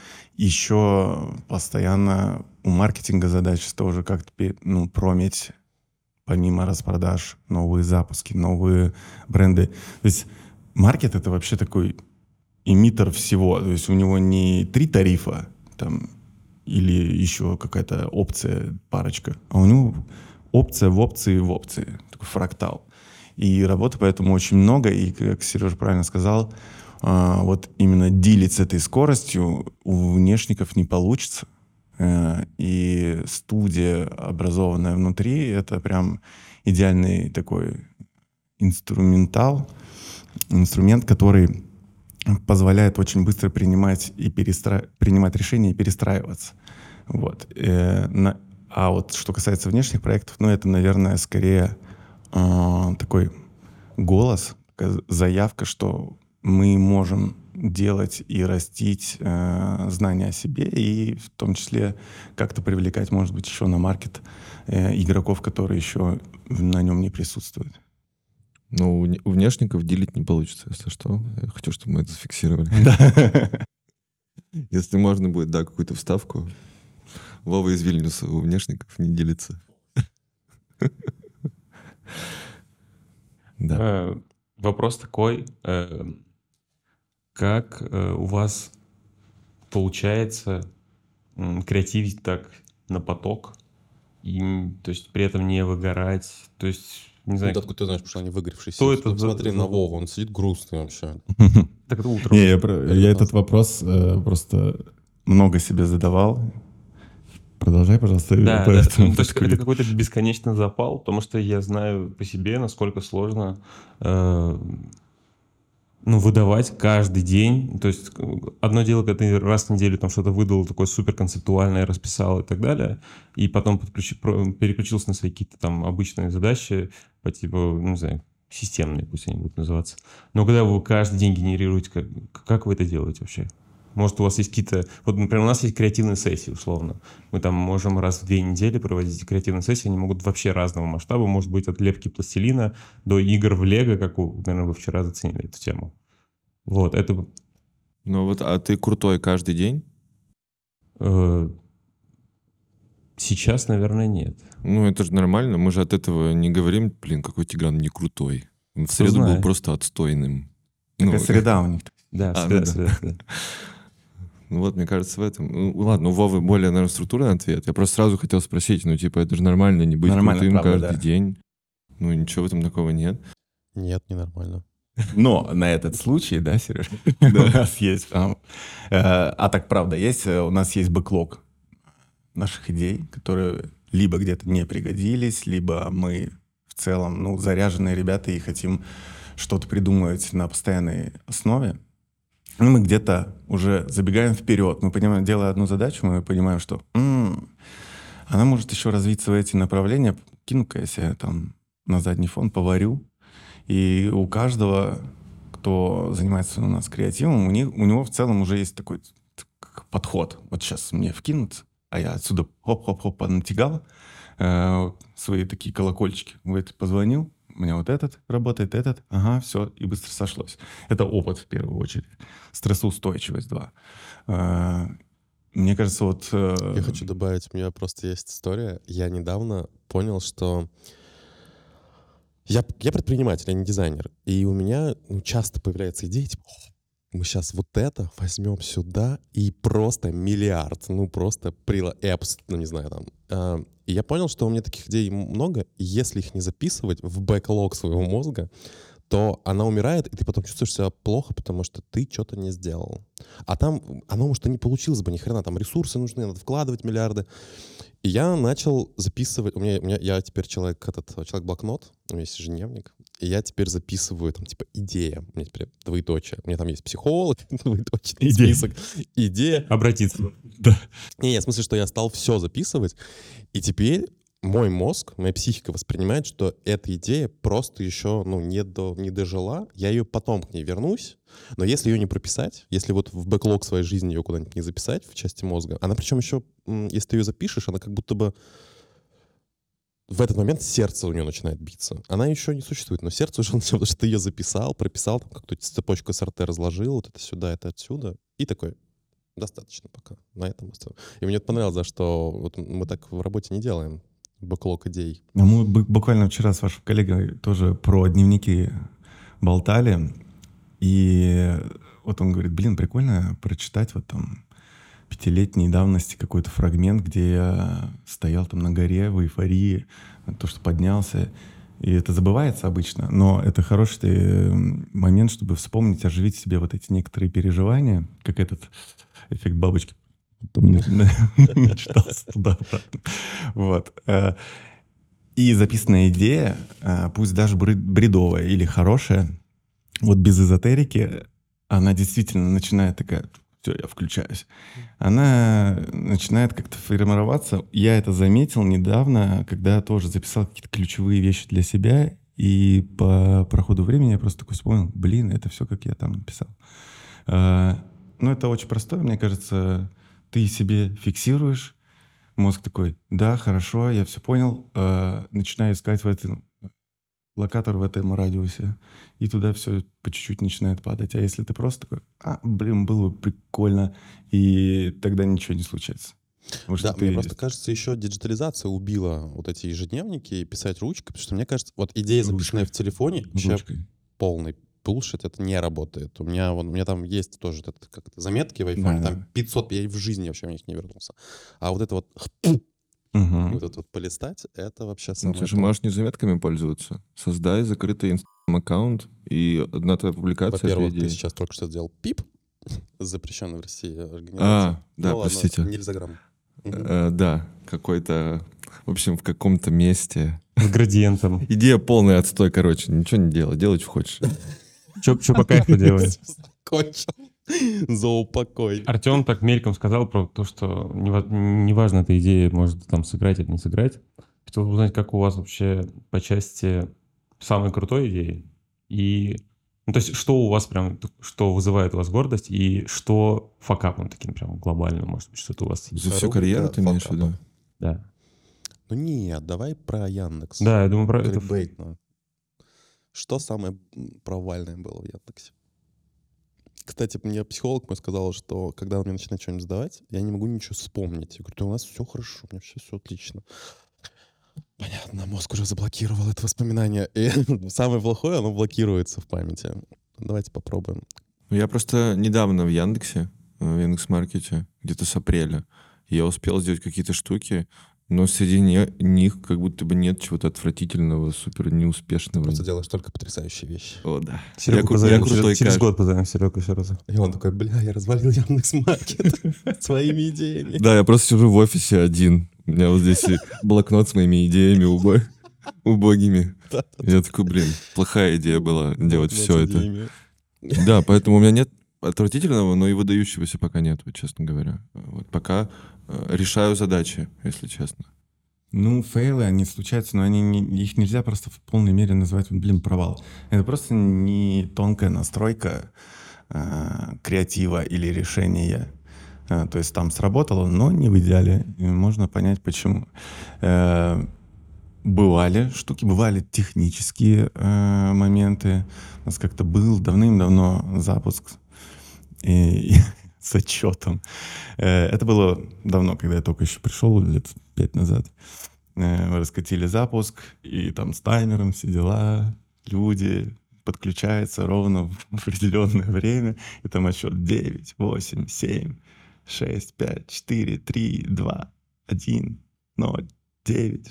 Еще постоянно у маркетинга задача тоже как-то пе- ну, прометь, помимо распродаж, новые запуски, новые бренды. То есть маркет — это вообще такой эмиттер всего. То есть у него не три тарифа там, или еще какая-то опция, парочка, а у него опция в опции в опции. Такой фрактал. И работы поэтому очень много. И, как Сережа правильно сказал, а, вот именно дилить с этой скоростью у внешников не получится. Э, И студия, образованная внутри, это прям идеальный такой инструментал, инструмент, который позволяет очень быстро принимать, и перестра... принимать решения и перестраиваться. Вот. Э, на... А вот что касается внешних проектов, ну, это, наверное, скорее э, такой голос, такая заявка, что мы можем делать и растить э, знания о себе, и в том числе как-то привлекать, может быть, еще на маркет э, игроков, которые еще на нем не присутствуют. Ну, у не- у внешников делить не получится, если что. Я хочу, чтобы мы это зафиксировали. Если можно будет, да, какую-то вставку. Вова из Вильнюса у внешников не делится. Да. Э, Вопрос такой, э, как э, у вас получается м, креативить так на поток, и, м, то есть при этом не выгорать, то есть, не Ну, знаю, ты откуда ты знаешь, потому что они выгоревшие Кто сидят? это Ну, за- Смотри за- на Вову, он сидит грустный вообще. так это утром. Не, я, про- Это я классно. этот вопрос э, просто много себе задавал. Продолжай, пожалуйста. Да, по да. этому Ну, то есть это подходить. какой-то бесконечный запал, потому что я знаю по себе, насколько сложно э, ну, выдавать каждый день. То есть э, одно дело, когда ты раз в неделю там что-то выдал такое супер концептуальное, расписал и так далее, и потом подключи- про- переключился на свои какие-то там обычные задачи по типу, ну, не знаю, системные, пусть они будут называться. Но когда вы каждый день генерируете, как, как вы это делаете вообще? Может, у вас есть какие-то... Вот, например, у нас есть креативные сессии, условно. Мы там можем раз в две недели проводить эти креативные сессии. Они могут вообще разного масштаба. Может быть, от лепки пластилина до игр в Лего, как, у, наверное, вы вчера заценили эту тему. Вот, это... Ну вот, а ты крутой каждый день? э, сейчас, наверное, нет. Ну, это же нормально. Мы же от этого не говорим, блин, какой Тигран не крутой. Он в Кто среду был знает. просто отстойным. Такая Ну, среда у них. Да, А, среда, ну да. среда, среда. Ну вот, мне кажется, в этом... Ну, ладно, у Вовы более, наверное, структурный ответ. Я просто сразу хотел спросить, ну, типа, это же нормально не быть Нормально, крутым правда, каждый да. день. Ну, ничего в этом такого нет. Нет, ненормально. Но на этот случай, да, Сереж, у нас есть... там, э, А так, правда, есть, э, у нас есть бэклог наших идей, которые либо где-то не пригодились, либо мы в целом, ну, заряженные ребята и хотим что-то придумывать на постоянной основе. Ну, мы где-то уже забегаем вперед. Мы понимаем, делая одну задачу, мы понимаем, что м, она может еще развиться в эти направления. Кину-ка я себе там на задний фон поварю. И у каждого, кто занимается у нас креативом, у, них, у него в целом уже есть такой как подход. Вот сейчас мне вкинут, а я отсюда хоп-хоп-хоп понатягал э, свои такие колокольчики. В это позвонил, у меня вот этот работает, этот, ага, все, и быстро сошлось. Это опыт в первую очередь. Стрессоустойчивость, два. Э, мне кажется, вот... э, Я хочу добавить, у меня просто есть история. Я недавно понял, что я, я предприниматель, я не дизайнер. И у меня ну, часто появляется идея, типа, «О, мы сейчас вот это возьмем сюда и просто миллиард, ну просто прила эпс, ну не знаю там. А, и я понял, что у меня таких идей много, и если их не записывать в бэклог своего мозга, то она умирает, и ты потом чувствуешь себя плохо, потому что ты что-то не сделал. А там оно, может, и не получилось бы ни хрена, там ресурсы нужны, надо вкладывать миллиарды. И я начал записывать, у меня, у меня я теперь человек, этот, человек-блокнот, у меня есть ежедневник, и я теперь записываю там типа идея, у меня теперь двоеточие, у меня там есть психолог, двоеточие, Идея. список, идея. Обратиться. Не, в смысле, что я стал все записывать, и теперь мой мозг, моя психика воспринимает, что эта идея просто еще ну, не, до, не дожила. Я ее потом к ней вернусь. Но если ее не прописать, если вот в бэклог своей жизни ее куда-нибудь не записать в части мозга, она причем еще, м, если ты ее запишешь, она как будто бы в этот момент сердце у нее начинает биться. Она еще не существует, но сердце уже начинает, потому что ты ее записал, прописал, там как-то цепочку СРТ разложил, вот это сюда, это отсюда, и такой, достаточно пока, на этом оставим. И мне это понравилось, за что вот мы так в работе не делаем. Бэклог идей. А мы бу- буквально вчера с вашим коллегой тоже про дневники болтали. И вот он говорит, блин, прикольно прочитать вот там пятилетней давности какой-то фрагмент, где я стоял там на горе в эйфории, то, что поднялся. И это забывается обычно, но это хороший э, момент, чтобы вспомнить, оживить в себе вот эти некоторые переживания, как этот эффект бабочки Потом мечтался туда-обратно. Вот. Э, И записанная идея, э, пусть даже бред- бредовая или хорошая, вот без эзотерики, она действительно начинает такая, все, я включаюсь. Она начинает как-то формироваться. Я это заметил недавно, когда тоже записал какие-то ключевые вещи для себя, и по проходу времени я просто такой вспомнил, блин, это все, как я там написал. Э, Ну, это очень простое, мне кажется. Ты себе фиксируешь, мозг такой, да, хорошо, я все понял, э, начинаю искать в этом локатор в этом радиусе, и туда все по чуть-чуть начинает падать. А если ты просто такой, а, блин, было бы прикольно, и тогда ничего не случается. Потому что Да, мне ты... просто кажется, еще диджитализация убила вот эти ежедневники и писать ручкой, потому что мне кажется, вот идея, записанная в телефоне, вообще Ручкой. полный bullshit, это не работает. У меня, вон, у меня там есть тоже это, как-то заметки в айфоне, Да, там да. пятьсот, я в жизни вообще в них не вернулся. А вот это вот, Мгм. вот это вот полистать, это вообще Ну, самое ты же то. можешь не заметками пользоваться. Создай закрытый инстаграм-аккаунт, и одна твоя публикация — это Во-первых, ты идея. сейчас только что сделал пип, запрещенный в России организация. А, да, Ну ладно, простите. Нильзаграм. Мгм. Э, Да, какой-то, в общем, в каком-то месте. С градиентом. Идея полный отстой, короче. Ничего не делай, делай, что хочешь. Что по кайфу делать? Закончил. За упокой. Артем так мельком сказал про то, что нева- неважно, эта идея может там сыграть или не сыграть. Хотел бы узнать, как у вас вообще по части самой крутой идеи и... Ну, то есть, что у вас прям, что вызывает у вас гордость и что факапом таким прям глобальным, может быть, что-то у вас есть? За всю Рубрика карьеру ты имеешь в виду? факапа. Да. Ну нет, давай про Яндекс. Да, я думаю, про это... Кликбейтно. Что самое м, провальное было в Яндексе? Кстати, мне психолог мой сказал, что когда он мне начинает что-нибудь задавать, я не могу ничего вспомнить. Я говорю, да у нас все хорошо, у меня все, все отлично. Понятно, мозг уже заблокировал это воспоминание. И самое плохое, оно блокируется в памяти. Давайте попробуем. Ну, я просто недавно в Яндексе, э, в Яндекс.Маркете, где-то с апреля, я успел сделать какие-то штуки, но среди не- них как будто бы нет чего-то отвратительного, супер неуспешного. Просто делаешь только потрясающие вещи. О, да. Серегу Я кру- позовем, я через- крутой через каш. год позовем Серегу еще раз. И он такой, бля, я развалил Яндекс.Маркет своими идеями. Да, я просто сижу в офисе один. У меня вот здесь и блокнот с моими идеями убо- убогими. Я такой, блин, плохая идея была делать все это. Да, поэтому у меня нет отвратительного, но и выдающегося пока нет, вот, честно говоря. Вот пока э, решаю задачи, если честно. Ну, фейлы, они случаются, но они не- их нельзя просто в полной мере назвать, блин, провал. Это просто не тонкая настройка а, креатива или решения. А, то есть там сработало, но не в идеале. И можно понять, почему. Э, Бывали штуки, бывали технические э, моменты. У нас как-то был давным-давно запуск и, и с отчетом. Э, это было давно, когда я только еще пришел, лет пять назад. Э, мы раскатили запуск, и там с таймером все дела, люди подключаются ровно в определенное время, и там отсчет девять, восемь, семь, шесть, пять, четыре, три, два, один, ноль, девять.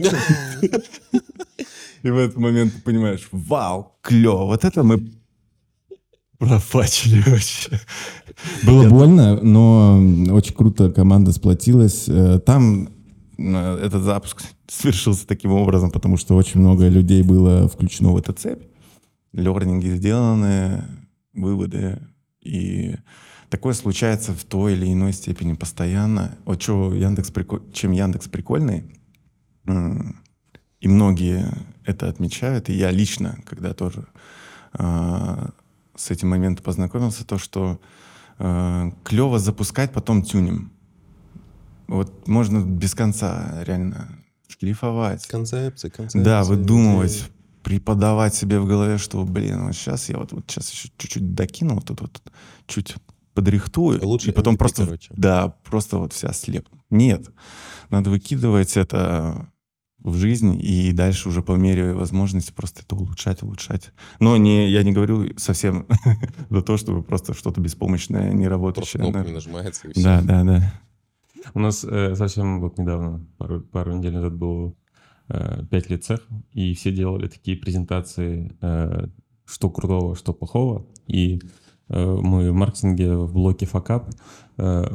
И в этот момент ты понимаешь, вау, клево, вот это мы профачили вообще. Было больно, но очень круто команда сплотилась. Э, Там э, этот запуск свершился таким образом, потому что очень много людей было включено в эту цепь. Лернинги сделаны, выводы. И такое случается в той или иной степени постоянно. Вот чё Яндекс приколь- чем Яндекс прикольный, м, и многие это отмечают, и я лично, когда тоже э, с этим моментом познакомился, то, что э, клево запускать, потом тюним. Вот можно без конца реально шлифовать. Концепции, концепции. Да, выдумывать, идеи. преподавать себе в голове, что, блин, вот сейчас я вот, вот сейчас еще чуть-чуть докину, вот тут вот чуть подрихтую, Лучше и потом эм ви пи, просто, короче. да, просто вот вся слеп. Нет, надо выкидывать это в жизнь и дальше уже по мере возможности просто это улучшать, улучшать. Но не, я не говорю совсем за то, чтобы просто что-то беспомощное, не Просто работающее. кнопками нажимается и все. Да, да, да. У нас э, совсем вот недавно, пару, пару недель назад был э, пять лет цех, и все делали такие презентации, э, что крутого, что плохого. И э, мы в маркетинге в блоке факап э,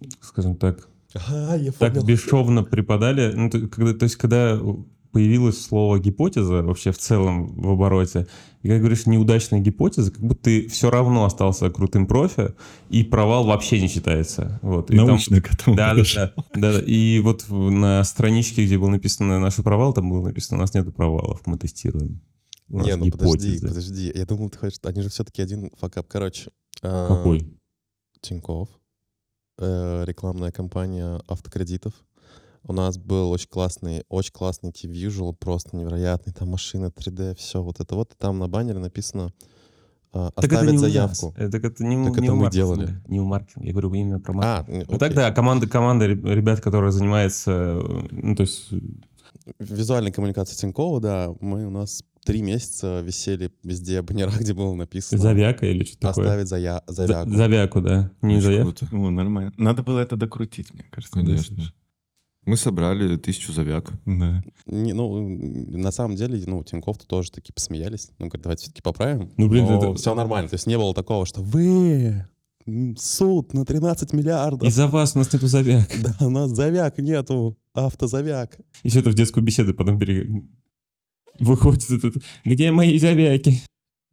скажем так, А, я так понял. бесшовно преподали. Ну, то, когда, то есть, когда появилось слово гипотеза вообще в целом в обороте, и когда говоришь неудачная гипотеза, как будто ты все равно остался крутым профи, и провал вообще не считается. Вот. И там- Научно к этому Да, да, подошел. да, да, да. И вот в- на страничке, где было написано «Наши провалы», там было написано «У нас нет провалов, мы тестируем». У нас Не, ну подожди, гипотезы». подожди. Я думал, ты хочешь... Они же все-таки один факап. Короче. а, Какой? Тинькофф. э, Рекламная кампания автокредитов. У нас был очень классный, очень классный T-Visual, просто невероятный. Там машина три дэ, все вот это вот. И там на баннере написано а, Так это «Оставить не заявку». у нас. Это, это не, Так не это у мы маркетинга. делали. Не у маркетинга. Я говорю именно про маркетинг. А, н- Ну окей. тогда команда, команда реб- ребят, которая занимается, э, ну то есть Визуальная коммуникация Тинькова, да. Мы у нас три месяца висели везде баннера, где было написано завяка или что-то такое. «Оставить зая- За- заявку». Завяку, да. Не Очень заявку. круто. О, нормально. Надо было это докрутить, мне кажется. да, Конечно. Сереж? Мы собрали тысячу завяк. Да. Не, ну, м, на самом деле, ну, Тинькофф-то тоже таки посмеялись. Ну, говорят, давайте все-таки поправим. Ну, блин, это- все нормально. То есть не было такого, что вы м, суд на тринадцать миллиардов. Из-за вас у нас нету завяк. Да, у нас завяк нету, автозавяк. Еще это в детскую беседу потом пере... выходит этот, где мои завяки?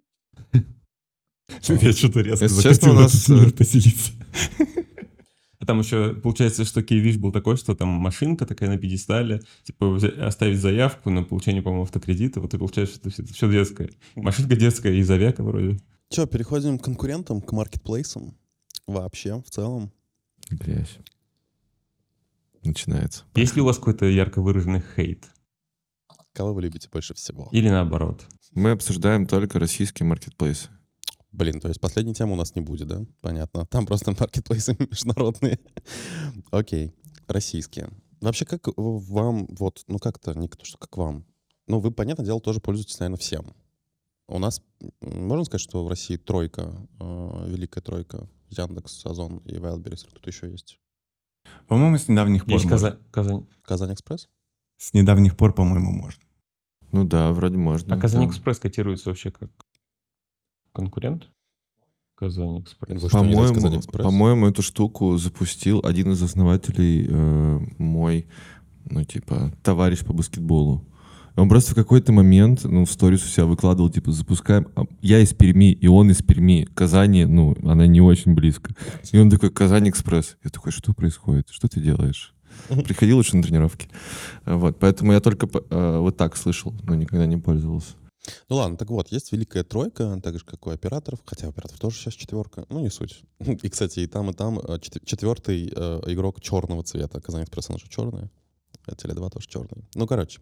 Я что-то резко Если захотел честно, у в нас, этот мир э, поселиться. А там еще, получается, что кейвиш был такой, что там машинка такая на пьедестале, типа взя- оставить заявку на получение, по-моему, автокредита, вот и получается, что это все детское. Машинка детская и завяка вроде. Че, переходим к конкурентам, к маркетплейсам. Вообще, в целом. Грязь. Начинается. Есть ли у вас какой-то ярко выраженный хейт? Кого вы любите больше всего? Или наоборот? Мы обсуждаем только российские маркетплейсы. Блин, то есть последней темы у нас не будет, да? Понятно. Там просто маркетплейсы международные. Окей. Российские. Вообще, как вам, вот, ну как-то, не то, что как вам. Ну, вы, понятное дело, тоже пользуетесь, наверное, всем. У нас, м, можно сказать, что в России тройка, э, великая тройка, Яндекс, Озон и Wildberries. Кто-то еще есть? По-моему, с недавних пор Есть можно. Казань. Казань. Казань-Экспресс? С недавних пор, по-моему, можно. Ну да, вроде можно. А Казань да. Экспресс котируется вообще как конкурент? Казань Экспресс. Вы что, не знаете По-моему, Казань-Экспресс? по-моему, эту штуку запустил один из основателей, э, мой, ну, типа, товарищ по баскетболу. Он просто в какой-то момент, ну, в сторис у себя выкладывал, типа, запускаем... а, Я из Перми, и он из Перми. Казани, ну, она не очень близко. И он такой, Казань-Экспресс. Я такой, что происходит? Что ты делаешь? Приходи лучше на тренировки. Вот, поэтому я только э, вот так слышал, но никогда не пользовался. Ну ладно, так вот, есть великая тройка, так же, как у операторов, хотя у операторов тоже сейчас четверка, ну не суть. И, кстати, и там, и там э, чет- четвертый э, игрок черного цвета. Казань-Экспресс, она же черная, а Теле два тоже черный. Ну, короче.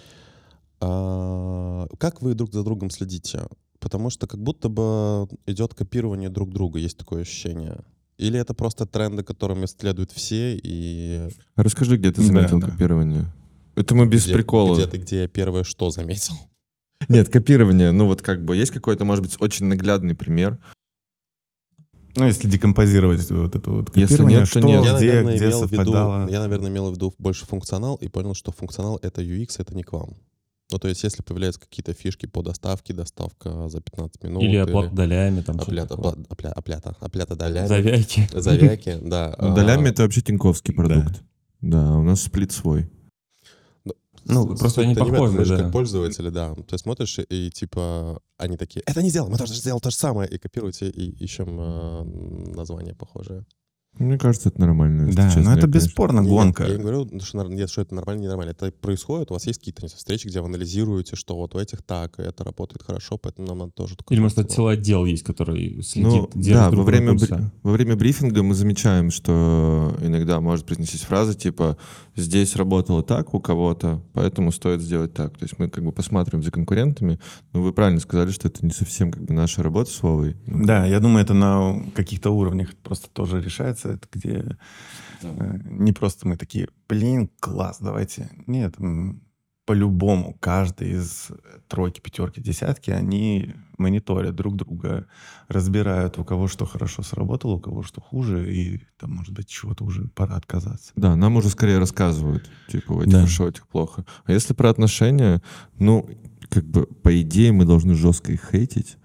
А, как вы друг за другом следите? Потому что как будто бы идет копирование друг друга, есть такое ощущение. Или это просто тренды, которыми следуют все, и... А расскажи, где ты Да, заметил да. копирование? Это мы без где, прикола. Где ты, где я первое что заметил? Нет, копирование, ну вот как бы есть какой-то, может быть, очень наглядный пример. Ну, если декомпозировать вот это вот Если копирование, нет, то что, нет. Я, где, наверное, где имел в виду, совпадало. я, наверное, имел в виду больше функционал и понял, что функционал — это ю экс, это не к вам. Ну, то есть, если появляются какие-то фишки по доставке, доставка за пятнадцать минут. Или оплата долями, там что-то Оплята, такое. опла- опля- оплята, оплята долями. Завяки. Завяки, да. Ну, а, долями это вообще тиньковский Да. продукт. Да, у нас сплит свой. Ну, с- просто они суть-то не в этом, похожи, мы же да. как пользователи, да. Ты смотришь, и, и типа они такие, это не сделал, мы тоже сделал то же самое. И копируете, и ищем э, название похожее. Мне кажется, это нормально. если Да, честно, но это я, конечно. бесспорно Нет, гонка. Я не говорю, что, нар- нет, что это нормально, ненормально. Это происходит, у вас есть какие-то не знаю, встречи, где вы анализируете, что вот у этих так, и это работает хорошо, поэтому нам надо тоже такое. Или, может, это делать. целый отдел есть, который следит, Ну, держит да, друг во друга время, пульса. бри- во время брифинга мы замечаем, что иногда может произнестись фраза типа «здесь работало так у кого-то, поэтому стоит сделать так». То есть мы как бы посматриваем за конкурентами, но вы правильно сказали, что это не совсем как бы наша работа с Вовой. Ну, Да, я думаю, это на каких-то уровнях просто тоже решается. Это где э, не просто мы такие, блин, класс, давайте. Нет, м, по-любому каждый из тройки, пятерки, десятки, они мониторят друг друга, разбирают, у кого что хорошо сработало, у кого что хуже, и там, может быть, чего-то уже пора отказаться. Да, нам уже скорее рассказывают, типа, у этих Да. хорошо, у этих плохо. А если про отношения, ну, как бы, по идее, мы должны жестко их хейтить,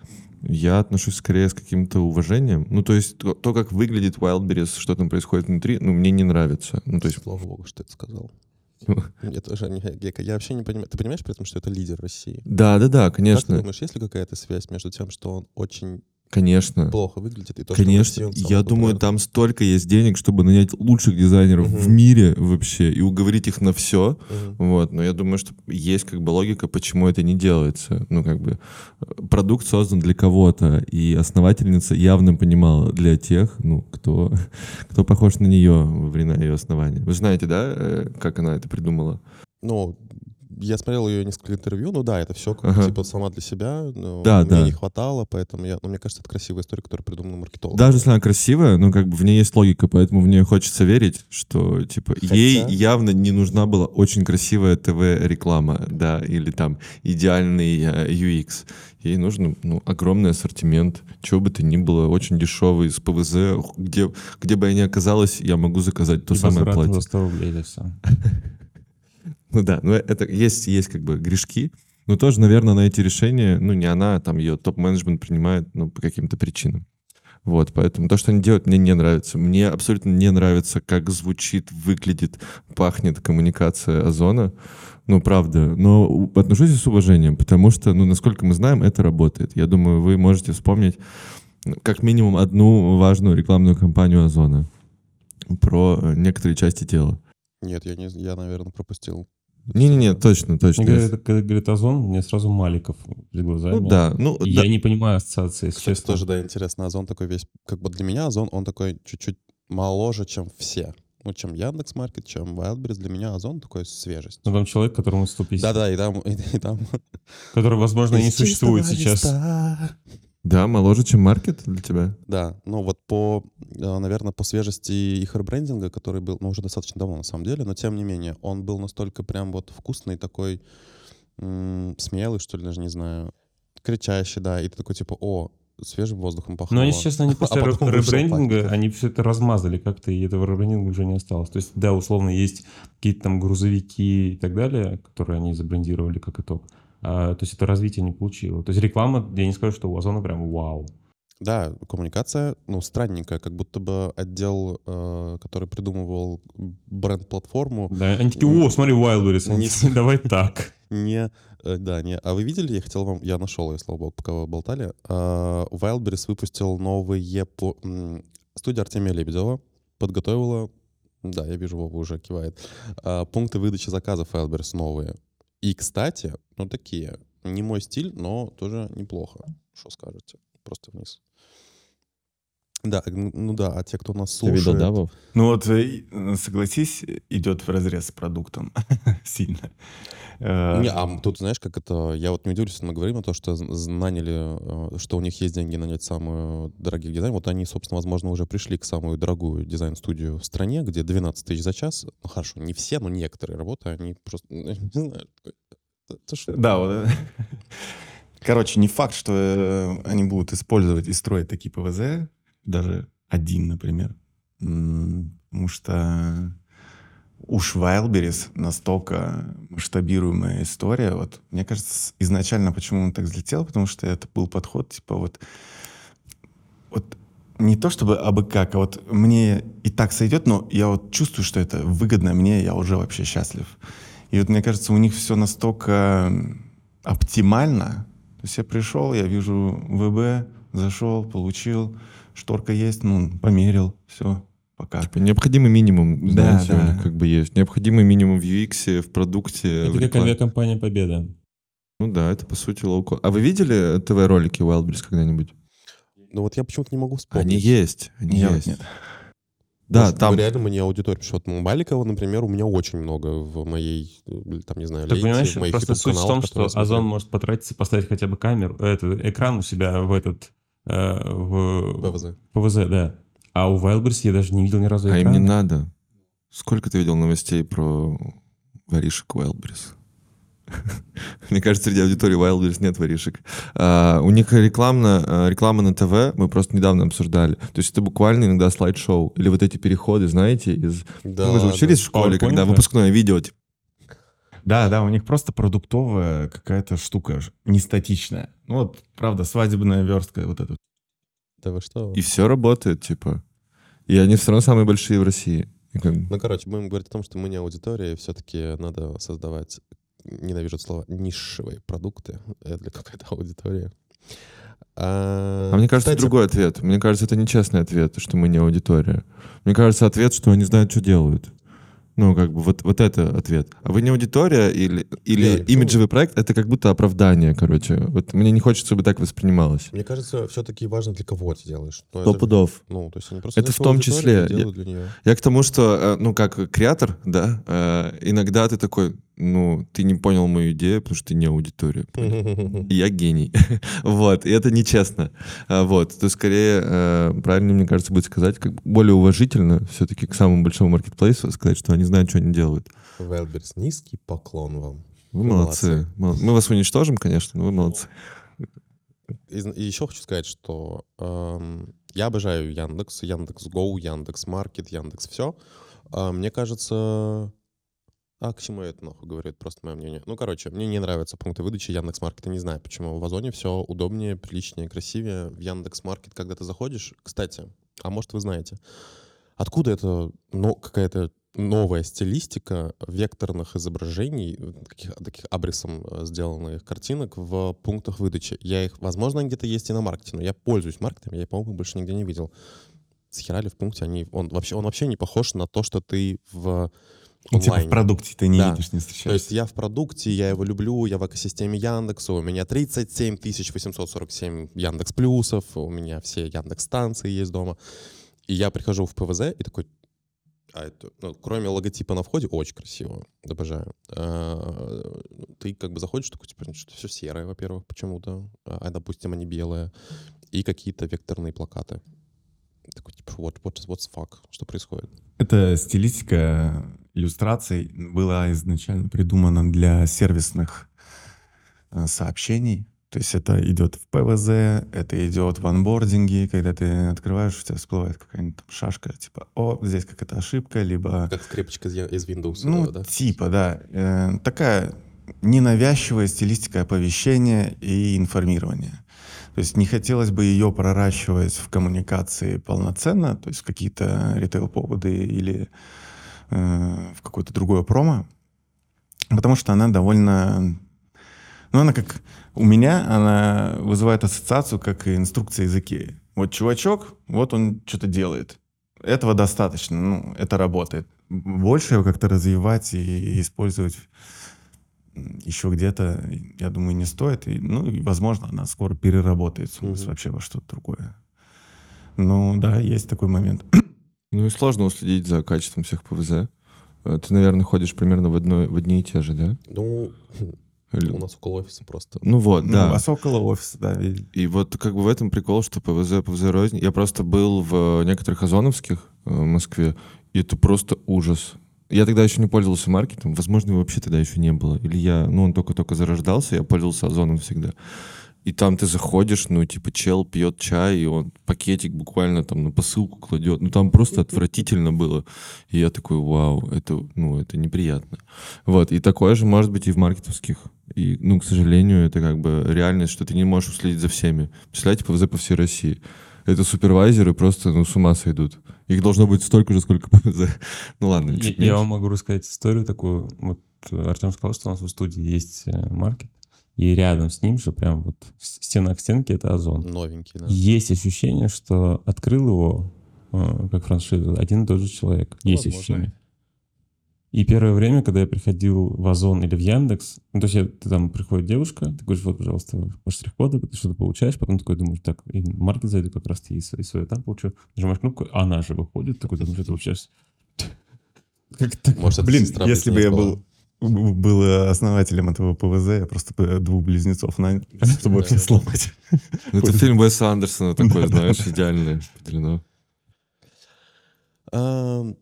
я отношусь скорее с каким-то уважением. Ну, то есть то, то, как выглядит Wildberries, что там происходит внутри, ну, мне не нравится. Ну, то есть... Слава богу, что ты это сказал. Мне тоже, я, я вообще не понимаю. Ты понимаешь при этом, что это лидер России? Да, да, да, Как ты конечно. думаешь, есть ли какая-то связь между тем, что он очень Конечно. плохо выглядит, и то, Конечно. что в России он Я самый думаю, популярный? там столько есть денег, чтобы нанять лучших дизайнеров Мгм. в мире вообще и уговорить их на все. Мгм. Вот. Но я думаю, что есть как бы логика, почему это не делается. Ну, как бы э, продукт создан для кого-то, и основательница явно понимала для тех, ну, кто, кто похож на нее во время ее основания. Вы знаете, да, э, как она это придумала? Ну, я смотрел ее несколько интервью, ну да, это все как бы, Ага. типа сама для себя, но Да, мне да. не хватало, поэтому я, ну, мне кажется, это красивая история, которая придумана маркетологом. Даже если она красивая, ну, как бы в ней есть логика, поэтому в нее хочется верить, что, типа, Хотя- ей явно не нужна была очень красивая ТВ-реклама, да, или там идеальный э, ю экс. Ей нужен, ну, огромный ассортимент, чего бы то ни было, очень дешевый, с ПВЗ, где, где бы я ни оказалась, я могу заказать то И самое возврат платье. за сто рублей, это все. Ну да, ну это есть, есть как бы грешки, но тоже, наверное, на эти решения, ну не она, там ее топ-менеджмент принимает, ну, по каким-то причинам. Вот, поэтому то, что они делают, мне не нравится. Мне абсолютно не нравится, как звучит, выглядит, пахнет коммуникация Озона. Ну, правда. Но у- отношусь с уважением, потому что, ну, насколько мы знаем, это работает. Я думаю, вы можете вспомнить ну, как минимум одну важную рекламную кампанию Озона про э, некоторые части тела. Нет, я, не, я, наверное, пропустил. Не-не-не, точно, точно. Мне говорят, когда говорит Озон, мне сразу Маликов перед глазами. Ну да, ну И да. я не понимаю ассоциации, если Кстати, честно. тоже, да, интересно, Озон такой весь, как бы для меня Озон, он такой чуть-чуть моложе, чем все. Ну, чем Яндекс.Маркет, чем Wildberries. Для меня Озон такой свежесть. Ну, там человек, которому сто пятьдесят, Да-да, и там... И, и там который, возможно, и не из чистого существует сейчас. листа. Да, моложе, чем маркет для тебя. Да, ну вот по, э, наверное, по свежести их ребрендинга, который был, ну, уже достаточно давно на самом деле, но тем не менее, он был настолько прям вот вкусный, такой м, смелый, что ли, даже не знаю, кричащий, да, и ты такой типа, о, свежим воздухом пахнуло. Но они, честно, они после А потом ре- вышел ребрендинга, пахнет. они все это размазали как-то, и этого ребрендинга уже не осталось. То есть, да, условно, есть какие-то там грузовики и так далее, которые они забрендировали как итог. А, то есть это развитие не получило. То есть реклама, я не скажу, что у Озона прям вау. Да, коммуникация, ну, странненькая, как будто бы отдел, э, который придумывал бренд-платформу, Да, они такие, о, смотри, Wildberries, они Не такие, давай так. не, э, да, не. А вы видели, я хотел вам, я нашел ее, слава богу, пока вы болтали. А, Wildberries выпустил новые, по- м, студия Артемия Лебедева подготовила, да, я вижу, Вова уже кивает, а, пункты выдачи заказов Wildberries новые. И, кстати, ну такие, не мой стиль, но тоже неплохо. Что скажете? Просто вниз. Да, ну ну да, а те, кто нас Ты слушает... видел, да, Вов? Ну вот, э, согласись, идет вразрез с продуктом сильно. Э, Не, а тут, знаешь, как это... Я вот не удивлюсь, если мы говорим о том, что з- наняли, э, что у них есть деньги нанять самую дорогих дизайнеров. Вот они, собственно, возможно, уже пришли к самую дорогую дизайн-студию в стране, где двенадцать тысяч за час. Ну, хорошо, не все, но некоторые работы, они просто... Не знаю, это- это что? Да, вот. э, Короче, не факт, что э, они будут использовать и строить такие ПВЗ, даже один, например. М, Потому что уж Wildberries настолько масштабируемая история. Вот, мне кажется, с- изначально почему он так взлетел, потому что это был подход, типа вот, вот не то чтобы абы как, а вот мне и так сойдет, но я вот чувствую, что это выгодно мне, я уже вообще счастлив. И вот мне кажется, у них все настолько оптимально. То есть я пришел, я вижу ВБ, зашел, получил, шторка есть, ну, померил, все, пока. Типа необходимый минимум, Да, знаете, у да. них как бы есть. Необходимый минимум в ю экс, в продукте, в Это как рекламе. авиакомпания «Победа». Ну да, это по сути лоу-кост. А вы видели ТВ-ролики Wildberries когда-нибудь? Ну вот я почему-то не могу вспомнить. Они есть, они Я вот есть. нет. Да, Может, там... ну, реально мне аудитория, потому что вот Маликова, например, у меня очень много в моей, э, там, не знаю, Ты ленте, понимаешь, в моих просто суть в YouTube-каналах, том, которые что я Озон смотрю. может потратиться, поставить хотя бы камеру, этот экран у себя в этот, э, в ПВЗ. ПВЗ, да. А у Wildberries я даже не видел ни разу А им экрана. не надо. Сколько ты видел новостей про воришек Wildberries? Мне кажется, среди аудитории Wildberries нет воришек. А, у них рекламно, а, реклама на ТВ, мы просто недавно обсуждали. То есть это буквально иногда слайд-шоу. Или вот эти переходы, знаете, из... Да, Ну, вы же ладно. учились в школе, PowerPoint, когда да? выпускное видео, типа, Да, да, у них просто продуктовая какая-то штука, ж- не статичная. Ну вот, правда, свадебная верстка, вот это. Да вы что? И все работает, типа. И они все равно самые большие в России. И как бы- Ну, короче, будем говорить о том, что мы не аудитория, и все-таки надо создавать, ненавижу это слово, нишевые продукты э, для какой-то аудитории. А, А мне кажется, кстати, другой ответ. Мне кажется, это нечестный ответ, что мы не аудитория. Мне кажется, ответ, что они знают, что делают. Ну, как бы вот, вот это ответ. А вы не аудитория или, или Не, имиджевый проект, это как будто оправдание, короче. Вот мне не хочется, чтобы так воспринималось. Мне кажется, все-таки важно, для кого ты делаешь. Ну, Сто это- пудов. Ну, то есть они просто Это знают в том свою числе, аудиторию и делают для нее. Я к тому, что, э, ну, как креатор, да, э, иногда ты такой, ну, ты не понял мою идею, потому что ты не аудитория. И я гений. Вот, и это нечестно. А, Вот, то скорее, э, правильно, мне кажется, будет сказать, как бы более уважительно все-таки к самому большому маркетплейсу сказать, что они знают, что они делают. Велберс, низкий поклон вам. Вы молодцы. Мол- Мы вас уничтожим, конечно, но вы молодцы. И, зн- и еще хочу сказать, что эм, я обожаю Яндекс, Яндекс.Го, Яндекс.Маркет, Яндекс все. Мне кажется... А к чему я это нахуй говорю? Это просто мое мнение. Ну, короче, мне не нравятся пункты выдачи Яндекс.Маркета. Не знаю, почему. В Озоне все удобнее, приличнее, красивее. В Яндекс.Маркет, когда ты заходишь... Кстати, а может вы знаете, откуда это ну, какая-то новая стилистика векторных изображений, таких, таких абрисом э, сделанных картинок в пунктах выдачи? Я их, возможно, они где-то есть и на маркете, но я пользуюсь маркетом, я, по-моему, больше нигде не видел. Схерали в пункте, они, он, вообще, он вообще не похож на то, что ты в Ну, типа в онлайне. продукте ты не Да. видишь, не То есть встречаешься. я в продукте, я его люблю, я в экосистеме Яндекса, у меня тридцать семь тысяч восемьсот сорок семь Яндекс Плюсов, у меня все Яндекс станции есть дома. И я прихожу в ПВЗ и такой, а это, ну, кроме логотипа на входе, очень красиво, обожаю. А, ты как бы заходишь, такой, типа, что все серое, во-первых, почему-то, а, допустим, они белые, и какие-то векторные плакаты. Такой, типа, what, what, what's fuck, что происходит? Эта стилистика иллюстраций была изначально придумана для сервисных э, сообщений. То есть это идет в ПВЗ, это идет в анбординге, когда ты открываешь, у тебя всплывает какая-нибудь там шашка, типа, о, здесь какая-то ошибка, либо... Как скрепочка из, из Windows, Ну, да? типа, да. Э, такая ненавязчивая стилистика оповещения и информирования. То есть не хотелось бы ее проращивать в коммуникации полноценно, то есть в какие-то ритейл-поводы или э, в какое-то другое промо, потому что она довольно... Ну, она как... У меня она вызывает ассоциацию, как и инструкция из Икеи. Вот чувачок, вот он что-то делает. Этого достаточно, ну, это работает. Больше его как-то развивать и использовать еще где-то, я думаю, не стоит. И, ну, и, возможно, она скоро переработается у нас Мгм. вообще во что-то другое. Ну, да, есть такой момент. Ну и сложно уследить за качеством всех ПВЗ. Э, Ты, наверное, ходишь примерно в, одной, в одни и те же, да? Ну, Или- у нас около офиса просто. Ну вот, Ну, да. а с около офиса, да. и- И вот как бы в этом прикол, что ПВЗ, ПВЗ рознь. Я просто был в некоторых озоновских э, в Москве, и это просто ужас. Я тогда еще не пользовался маркетом, возможно, его вообще тогда еще не было. Или я, ну, он только-только зарождался, я пользовался Озоном всегда. И там ты заходишь, ну, типа, чел пьет чай, и он пакетик буквально там на посылку кладет. Ну, там просто отвратительно было. И я такой, вау, это, ну, это неприятно. Вот, и такое же может быть и в маркетовских. И, ну, к сожалению, это как бы реальность, что ты не можешь уследить за всеми. Представляете, ПВЗ по всей России. Это супервайзеры просто, ну, с ума сойдут. Их должно быть столько же, сколько ПВЗ. Ну, ладно, Я, чуть я меньше. вам могу рассказать историю такую. Вот Артем сказал, что у нас в студии есть э, маркет, и рядом с ним же прям вот с- стена к стенке это Озон. Новенький, да. Есть ощущение, что открыл его э, как франшизу один и тот же человек. Ну, Есть возможно. ощущение. И первое время, когда я приходил в Озон или в Яндекс, ну, то есть я- ты там приходит девушка, ты говоришь, вот, пожалуйста, ваш штрих-коды, ты что-то получаешь, потом такой думаешь, так, и в маркет зайду, как раз и свое, и свое там получу. Нажимаешь кнопку, а она же выходит, такой думаешь, это вообще... с- Как так? Может, это Блин, сестра если бы я близнец был, была. был основателем этого ПВЗ, я просто бы двух близнецов нанял, чтобы вообще Да. сломать. Ну, это фильм Уэса Андерсона такой, знаешь, идеальный. Петрено. Ам,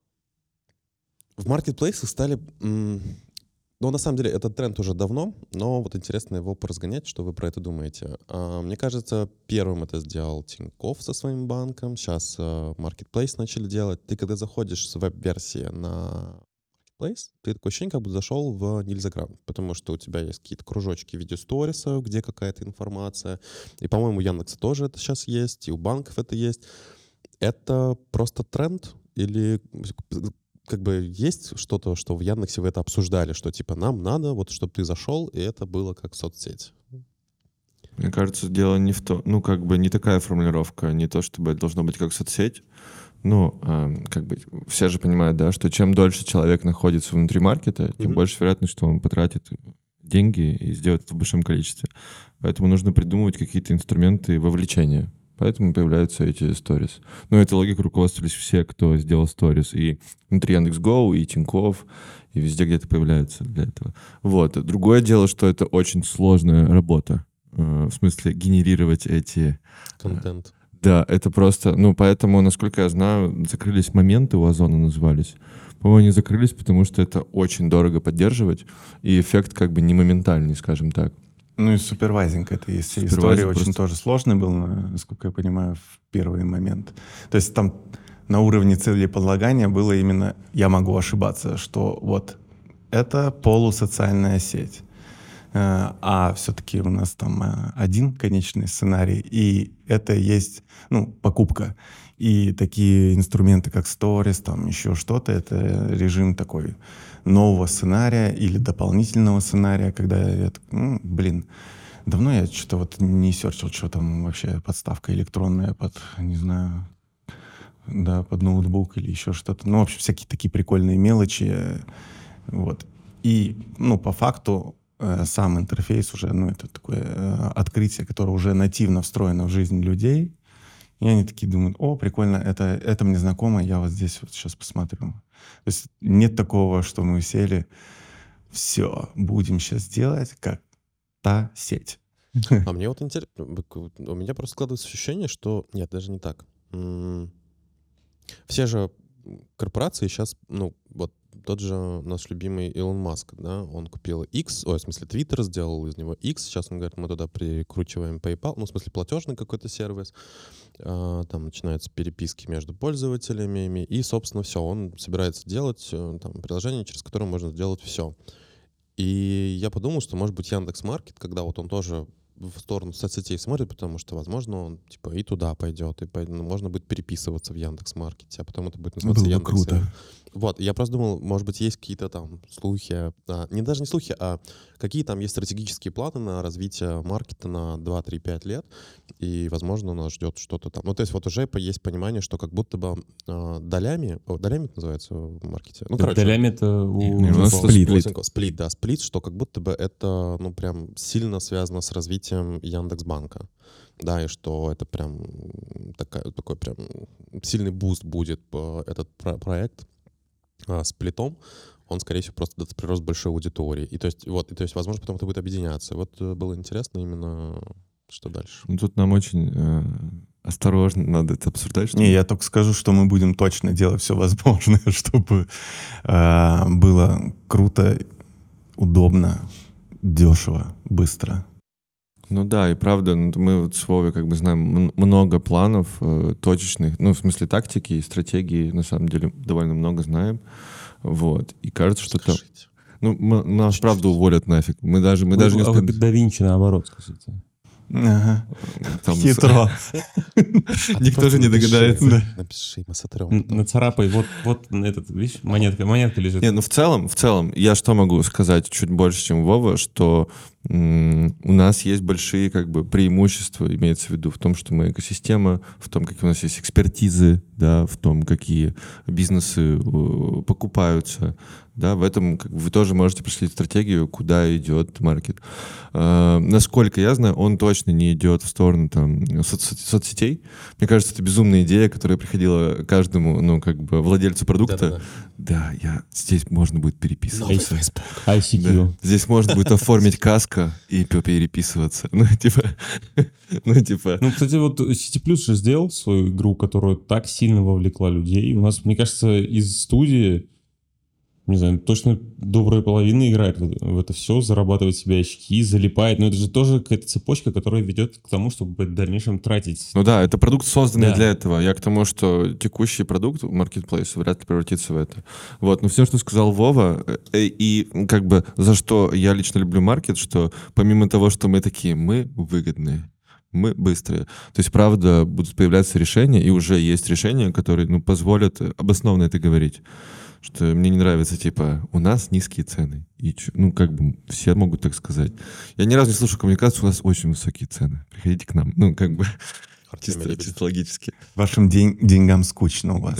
В маркетплейсах стали... м, Ну, на самом деле, этот тренд уже давно, но вот интересно его поразгонять, что вы про это думаете. А, Мне кажется, первым это сделал Тинькофф со своим банком, сейчас Marketplace начали делать. Ты когда заходишь с веб-версии на Marketplace, ты такое ощущение, как будто зашел в Нильзаграм, потому что у тебя есть какие-то кружочки в виде сториса, где какая-то информация. И, по-моему, у Яндекса тоже это сейчас есть, и у банков это есть. Это просто тренд или как бы есть что-то, что в Яндексе вы это обсуждали, что типа нам надо, вот чтобы ты зашел, и это было как соцсеть? Мне кажется, дело не в том, ну, как бы не такая формулировка, не то, чтобы это должно быть как соцсеть. Ну, э, как бы все же понимают, да, что чем дольше человек находится внутри маркета, тем Мгм. больше вероятность, что он потратит деньги и сделает это в большом количестве. Поэтому нужно придумывать какие-то инструменты вовлечения. Поэтому появляются эти сторис. Но этой логикой руководствовались все, кто сделал сторис. И внутри Яндекс.Гоу, и Тинькофф, и везде где-то появляются для этого. Вот. Другое дело, что это очень сложная работа. Э, В смысле, генерировать эти... Контент. Да, это просто... Ну, поэтому, насколько я знаю, закрылись моменты у Озона назывались. По-моему, они закрылись, потому что это очень дорого поддерживать, и эффект как бы не моментальный, скажем так. Ну и супервайзинг этой всей Супервайзинг истории очень просто- тоже сложный был, на- насколько я понимаю, в первый момент. То есть там на уровне целеполагания было именно, я могу ошибаться, что вот это полусоциальная сеть. Э, А все-таки у нас там э, один конечный сценарий, и это есть, ну, покупка. И такие инструменты, как Stories, там еще что-то, это режим такой нового сценария или дополнительного сценария, когда я, так, ну, блин, давно я что-то вот не серчил, что там вообще подставка электронная под, не знаю, да, под ноутбук или еще что-то. Ну, в общем, всякие такие прикольные мелочи. э, Вот. И, ну, по факту, э, сам интерфейс уже, ну, это такое э, открытие, которое уже нативно встроено в жизнь людей. И они такие думают, о, прикольно, это, это мне знакомо, я вот здесь вот сейчас посмотрю. То есть нет такого, что мы сели, все, будем сейчас делать, как та сеть. А мне вот интересно, у меня просто складывается ощущение, что... Нет, даже не так. М, Все же корпорации сейчас, ну, вот тот же наш любимый Илон Маск, да, он купил X, ой, в смысле, Twitter сделал из него X, сейчас он говорит, мы туда прикручиваем PayPal, ну, в смысле, платежный какой-то сервис, а, там начинаются переписки между пользователями, и, собственно, все, он собирается делать э, там приложение, через которое можно сделать все. И я подумал, что, может быть, Яндекс.Маркет, когда вот он тоже в сторону соцсетей смотрит, потому что, возможно, он типа и туда пойдет, и пой- ну, можно будет переписываться в Яндекс.Маркете, а потом это будет называться Было бы Яндекс. круто. Вот, я просто думал, может быть, есть какие-то там слухи, а, не даже не слухи, а какие там есть стратегические планы на развитие маркета на два, три, пять лет, и, возможно, нас ждет что-то там. Ну, то есть вот уже по- есть понимание, что как будто бы а, долями, о, долями это называется в маркете? Ну, короче, Долями это у... Не, у нас Тинькофф. сплит. у Тинькофф. Сплит, да, сплит, что как будто бы это, ну, прям сильно связано с развитием Яндекс.Банка. Да, и что это прям такая, такой прям сильный буст будет по этот про- проект а, с сплитом. Он, скорее всего, просто даст прирост большой аудитории. И то есть, вот, и то есть, возможно, потом это будет объединяться. Вот э, было интересно именно, что дальше. Ну, тут нам очень э, осторожно надо это обсуждать. Чтобы... Не, я только скажу, что мы будем точно делать все возможное, чтобы э, было круто, удобно, дешево, быстро. Ну да, и правда, ну, мы вот с Вовой как бы знаем м- много планов э, точечных, ну, в смысле тактики и стратегии, на самом деле, довольно много знаем. Вот. И кажется, что там... Скажите. Ну, мы- нас правда уволят нафиг. Мы даже, мы Вы- даже не а вы успеем... да Винчи наоборот, скажите. Ага. там с- Хитро. А ты Никто просто же не напиши, догадается. да. Напиши, мы сотрем. Н- потом. Нацарапай, вот, вот этот, видишь, монетка, монетка лежит. Не, ну в целом, в целом, я что могу сказать чуть больше, чем Вова, что м, у нас есть большие как бы преимущества, имеется в виду в том, что мы экосистема, в том, какие у нас есть экспертизы, да, в том, какие бизнесы э, покупаются, да, в этом как бы, вы тоже можете проследить стратегию, куда идет маркет. Э, насколько я знаю, он точно не идет в сторону там соц- соцсетей. Мне кажется, это безумная идея, которая приходила каждому, ну, как бы владельцу продукта. Да-да-да. Да, я здесь можно будет переписываться. Новый Facebook. ай си кью. Да. Здесь можно будет оформить каско и п- переписываться. Ну, типа... Ну, типа... Ну, кстати, вот City Plus же сделал свою игру, которая так сильно вовлекла людей. У нас, мне кажется, из студии не знаю, точно добрая половина играет в, в это все, зарабатывает себе очки, залипает. Но это же тоже какая-то цепочка, которая ведет к тому, чтобы в дальнейшем тратить. Ну да, это продукт, созданный Да. для этого. Я к тому, что текущий продукт Marketplace вряд ли превратится в это. Вот, но все, что сказал Вова, э, и как бы за что я лично люблю маркет, что помимо того, что мы такие, мы выгодные, мы быстрые. То есть, правда, будут появляться решения, и уже есть решения, которые, ну, позволят обоснованно это говорить. Что мне не нравится, типа, у нас низкие цены. И, чё- ну, как бы, все могут так сказать. Я ни разу не слушал коммуникацию, у нас очень высокие цены. Приходите к нам. Ну, как бы, Артемий чисто, Лебедев. чисто логически. Вашим день- деньгам скучно у вас.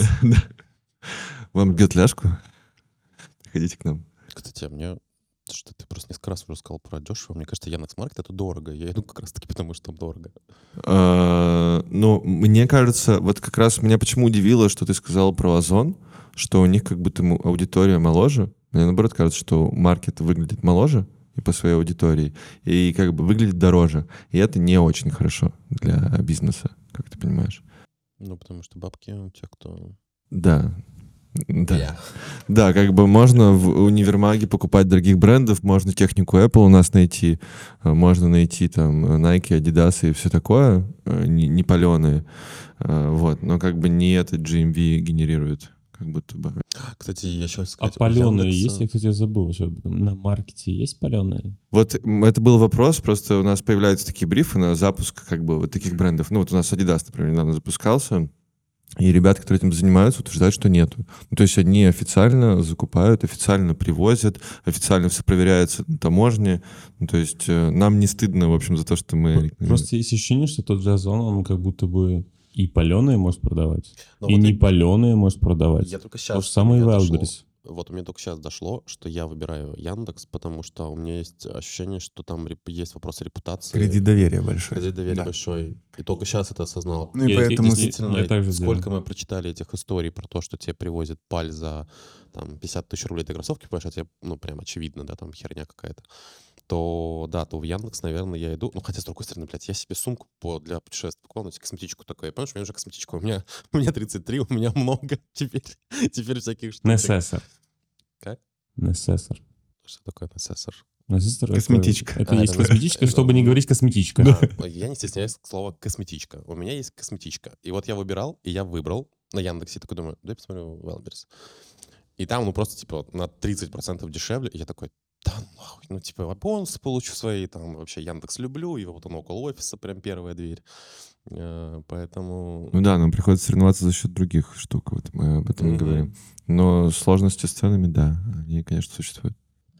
Вам бьет ляжку? Приходите к нам. Кстати, а мне что ты просто несколько раз уже сказал про дешево. Мне кажется, Яндекс.Маркет — это дорого. Я иду как раз-таки потому, что там дорого. А, Ну, мне кажется, вот как раз меня почему удивило, что ты сказал про Озон, что у них как будто ему аудитория моложе. Мне наоборот кажется, что маркет выглядит моложе и по своей аудитории, и как бы выглядит дороже. И это не очень хорошо для бизнеса, как ты понимаешь. Ну, потому что бабки у тех, кто... Да. Да. Я. Да, как бы можно в универмаге покупать дорогих брендов, можно технику Apple у нас найти, э, можно найти там Nike, Adidas и все такое, э, не, не паленые, э, вот, но как бы не этот джи эм ви генерирует, как будто бы. Кстати, я сейчас А сказать, у паленые Яндекса- есть? Я, кстати, забыл вообще об этом. На маркете есть паленые? Вот м, это был вопрос, просто у нас появляются такие брифы на запуск как бы вот таких брендов. Ну вот у нас Adidas, например, недавно запускался, и ребята, которые этим занимаются, утверждают, что нету. Ну, то есть они официально закупают, официально привозят, официально все проверяется на таможне. Ну, то есть э, нам не стыдно, в общем, за то, что мы... Просто есть ощущение, что тот же Озон, он как будто бы и паленые может продавать, Но и вот не я- паленые может продавать. Я только То сейчас... же самое и Wildberries. Вот у меня только сейчас дошло, что я выбираю Яндекс, потому что у меня есть ощущение, что там реп- есть вопрос репутации. Кредит доверия большой. Кредит доверия Да. большой. И только сейчас это осознал. Ну и Я- поэтому... я- с- Действительно, я так же сколько делаю. мы прочитали этих историй про то, что тебе привозят паль за там, пятьдесят тысяч рублей для кроссовки, понимаешь, а тебе, ну, прям очевидно, да, там херня какая-то, то, да, то в Яндекс, наверное, я иду. Ну, хотя, с другой стороны, блядь, я себе сумку по, для путешествий покупал, ну, косметичку такую. Я понимаю, что у меня уже косметичка. У меня, у меня тридцать три, у меня много теперь, теперь всяких штук. Несессор. Как? Несессор. Что такое несессор? Несессор — это- Косметичка. Это, А, есть это на- косметичка, это- чтобы не говорить косметичка. А, я не стесняюсь слова косметичка. У меня есть косметичка. И вот я выбирал, и я выбрал на Яндексе. Такой думаю, дай посмотрю Wildberries. И там, ну, просто, типа, вот на тридцать процентов дешевле. И я такой, да ну нахуй. Ну, типа, я бонусы получу свои. Там вообще Яндекс люблю. И вот он около офиса, прям первая дверь. Э, Поэтому... Ну да, нам приходится соревноваться за счет других штук, вот мы об этом и Мгм. говорим. Но сложности с ценами, да, они, конечно, существуют.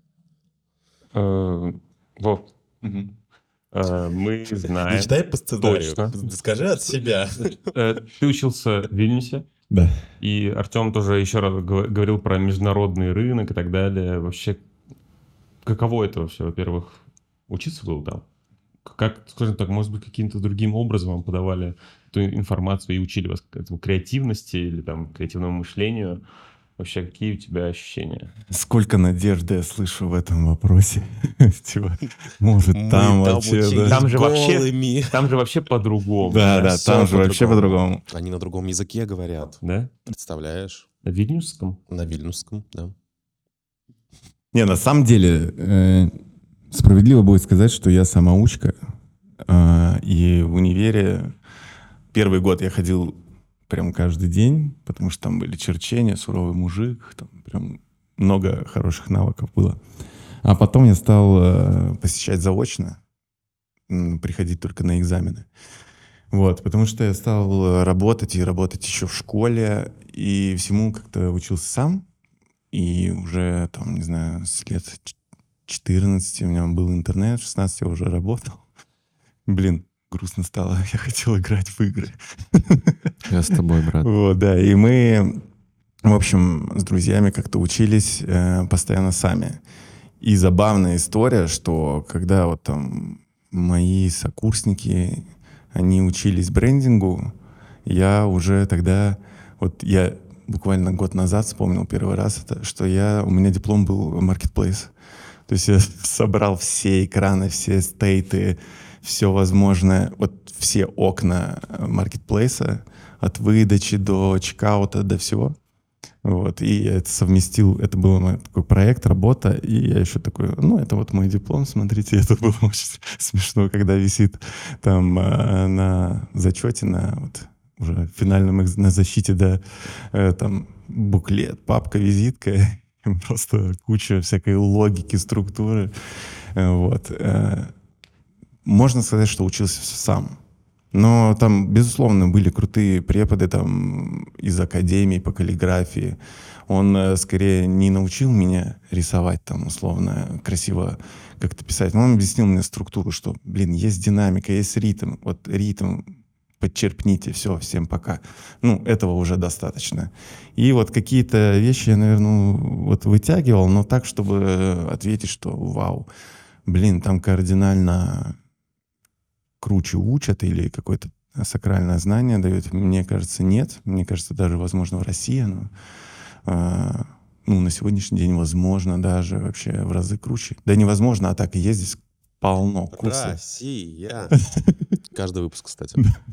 Э, Вов, э, мы знаем... по сценарию. Точно. Скажи от себя. Э, Ты учился в Вильнюсе, Да. и Артем тоже еще раз гов- говорил про международный рынок и так далее. Вообще, каково это вообще, во-первых, учиться было там? Как, скажем так, может быть, каким-то другим образом вам подавали эту информацию и учили вас к этому креативности или там креативному мышлению? Вообще, какие у тебя ощущения? Сколько надежды я слышу в этом вопросе. Типа, может, Мы там там вообще... учились да. Там же вообще- голыми. Там же вообще по-другому. Да, да, всё там же вообще по-другому. по-другому. Они на другом языке говорят. Да? Представляешь? На Вильнюсском? На вильнюсском, да. Не, на самом деле, э, справедливо будет сказать, что я самоучка. э, И в универе первый год я ходил прям каждый день, потому что там были черчения, суровый мужик, там прям много хороших навыков было. А потом я стал э, посещать заочно, м, приходить только на экзамены. Вот, потому что я стал э, работать и работать еще в школе, и всему как-то учился сам. И уже, там, не знаю, с лет ч- четырнадцати у меня был интернет, в шестнадцати я уже работал. Блин, грустно стало, я хотел играть в игры. Я с тобой, брат. Вот, да, и мы, в общем, с друзьями как-то учились э, постоянно сами. И забавная история, что когда вот там мои сокурсники, они учились брендингу, я уже тогда, вот я буквально год назад вспомнил первый раз, это, что я, у меня диплом был Marketplace. То есть я собрал все экраны, все стейты, все возможное, вот все окна маркетплейса, от выдачи до чекаута, до всего. Вот, и я это совместил, это был мой такой проект, работа, и я еще такой, ну, это вот мой диплом, смотрите, это было очень смешно, когда висит там э, на зачете, на вот уже финальном, экз- на защите, да, э, там буклет, папка, визитка, просто куча всякой логики, структуры, э, вот. Э, Можно сказать, что учился сам. Но там, безусловно, были крутые преподы там из академии по каллиграфии. Он э, скорее не научил меня рисовать там условно красиво как-то писать, но он объяснил мне структуру, что, блин, есть динамика, есть ритм. Вот ритм подчерпните, все, всем пока. Ну, этого уже достаточно. И вот какие-то вещи я, наверное, вот вытягивал, но так, чтобы ответить, что вау, блин, там кардинально круче учат или какое-то сакральное знание дают, мне кажется, нет. Мне кажется, даже, возможно, в России оно, а, ну, на сегодняшний день, возможно, даже вообще в разы круче. Да невозможно, а так и есть здесь полно курсов. Россия. Каждый выпуск, кстати.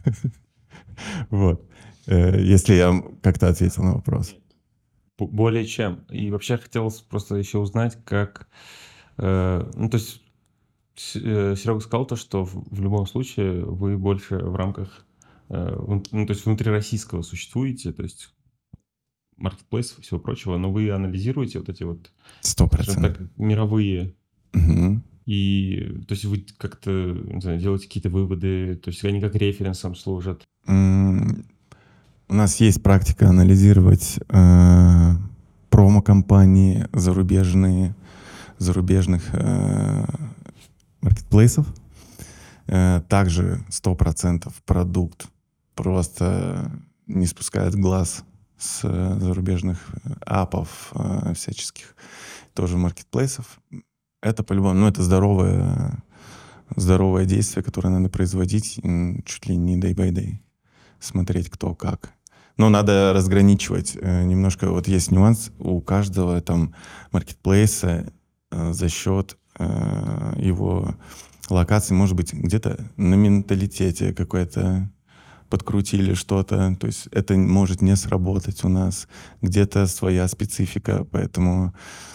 Вот. Э, Если я как-то ответил на вопрос. Б- Более чем. И вообще хотелось просто еще узнать, как... э, ну, то есть Серега сказал то, что в, в любом случае вы больше в рамках, э, вн- ну, то есть внутрироссийского существуете, то есть маркетплейсов и всего прочего, но вы анализируете вот эти вот, Сто скажем так, процентов. мировые, Мгм. и то есть вы как-то, не знаю, делаете какие-то выводы, то есть они как референсом служат. М, У нас есть практика анализировать э, промо-компании зарубежные, зарубежных э, маркетплейсов. Э, также сто процентов продукт просто не спускает глаз с э, зарубежных э, апов э, всяческих, тоже маркетплейсов. Это по-любому, ну это здоровое, здоровое действие, которое надо производить м, чуть ли не day by day. Смотреть кто как. Но надо разграничивать э, немножко. Вот есть нюанс у каждого там маркетплейса э, за счет э, его локации, может быть, где-то на менталитете какой-то подкрутили что-то, то есть это может не сработать у нас, где-то своя специфика, поэтому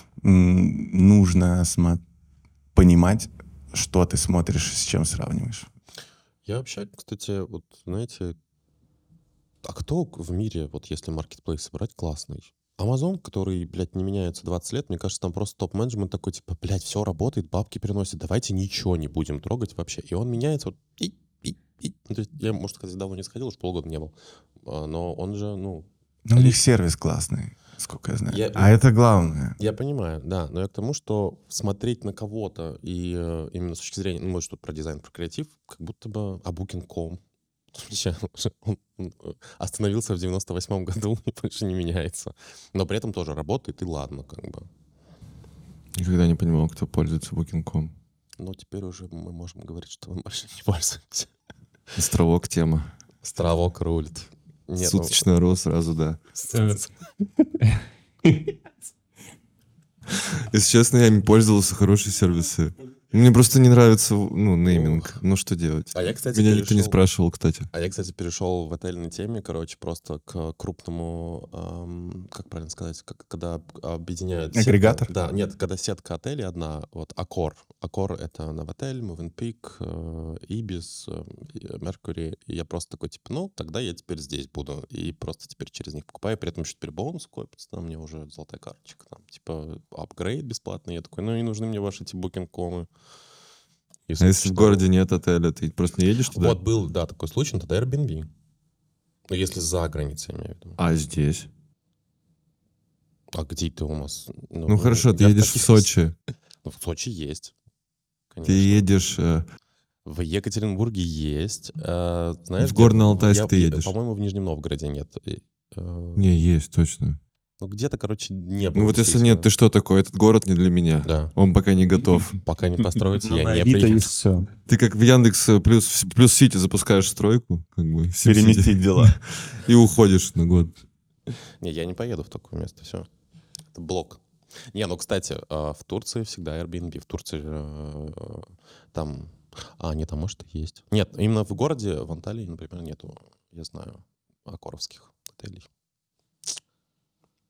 м, нужно смо- понимать, что ты смотришь, с чем сравниваешь. Я вообще, кстати, вот, знаете, а кто в мире, вот если маркетплейс брать, классный? Amazon, который, блядь, не меняется двадцать лет, мне кажется, там просто топ-менеджмент такой, типа, блядь, все работает, бабки приносит, давайте ничего не будем трогать вообще. И он меняется вот... И, и, и. Ну, то есть я, может сказать, давно не сходил, уж полгода не был. А, Но он же, ну... Ну, у них лич- сервис классный, сколько я знаю. Я- А это главное. Я понимаю, да, но я к тому, что смотреть на кого-то и э, именно с точки зрения, ну, может, тут про дизайн, про креатив, как будто бы, а букинг точка ком, он он, э, остановился в девяносто восьмом году и больше не меняется. Но при этом тоже работает, и ладно, как бы. Никогда не понимал, кто пользуется букинг точка ком. Но теперь уже мы можем говорить, что мы больше не пользуемся. Островок тема. Островок рулит. Нет, ну, Суточный рост сразу, да. Э, Если честно, я ими пользовался, хорошие сервисы. Мне просто не нравится, ну, нейминг. Ну, что делать? А я, кстати, Меня никто не перешел- спрашивал, кстати. А я, кстати, перешел в отельной теме, короче, просто к крупному, эм, как правильно сказать, как, когда об- объединяют... сетка- Агрегатор? Да, нет, когда сетка отелей одна, вот Accor. Accor — это Novotel, Movenpick, э, Ibis, э, и Mercury. И я просто такой, типа, ну, тогда я теперь здесь буду. И просто теперь через них покупаю. При этом еще теперь бонус копится, там мне уже золотая карточка. Там, типа, апгрейд бесплатный. Я такой, ну и нужны мне ваши эти букинг.комы. И, А если в что- городе нет отеля, ты просто не едешь туда? Вот был, да, такой случай, но тогда Airbnb. Ну, если за границей, я имею в виду. А здесь? А где ты у нас? Ну, хорошо, ты я едешь в таких- Сочи. Ну, в Сочи есть. Ты Конечно. едешь... э, В Екатеринбурге есть. Э, знаешь, В где- Горно-Алтайск я- ты я- едешь? По-моему, в Нижнем Новгороде нет. И, э, Не, есть, точно. Ну, где-то, короче, не было. Ну вот если действительно. нет, ты что такое? Этот город не для меня. Да. Он пока не готов. Пока не построится, Ну, я на не Авито приеду. есть все. Ты как в Яндекс плюс, плюс Сити запускаешь стройку, как бы, в Сим-Сити, Переместить дела. и уходишь на год. Не, я не поеду в такое место, все. Это блок. Не, ну, кстати, э, в Турции всегда Airbnb. В Турции же э, там... А, нет, а может и есть. Нет, именно в городе, в Анталии, например, нету, я знаю, аккоровских отелей.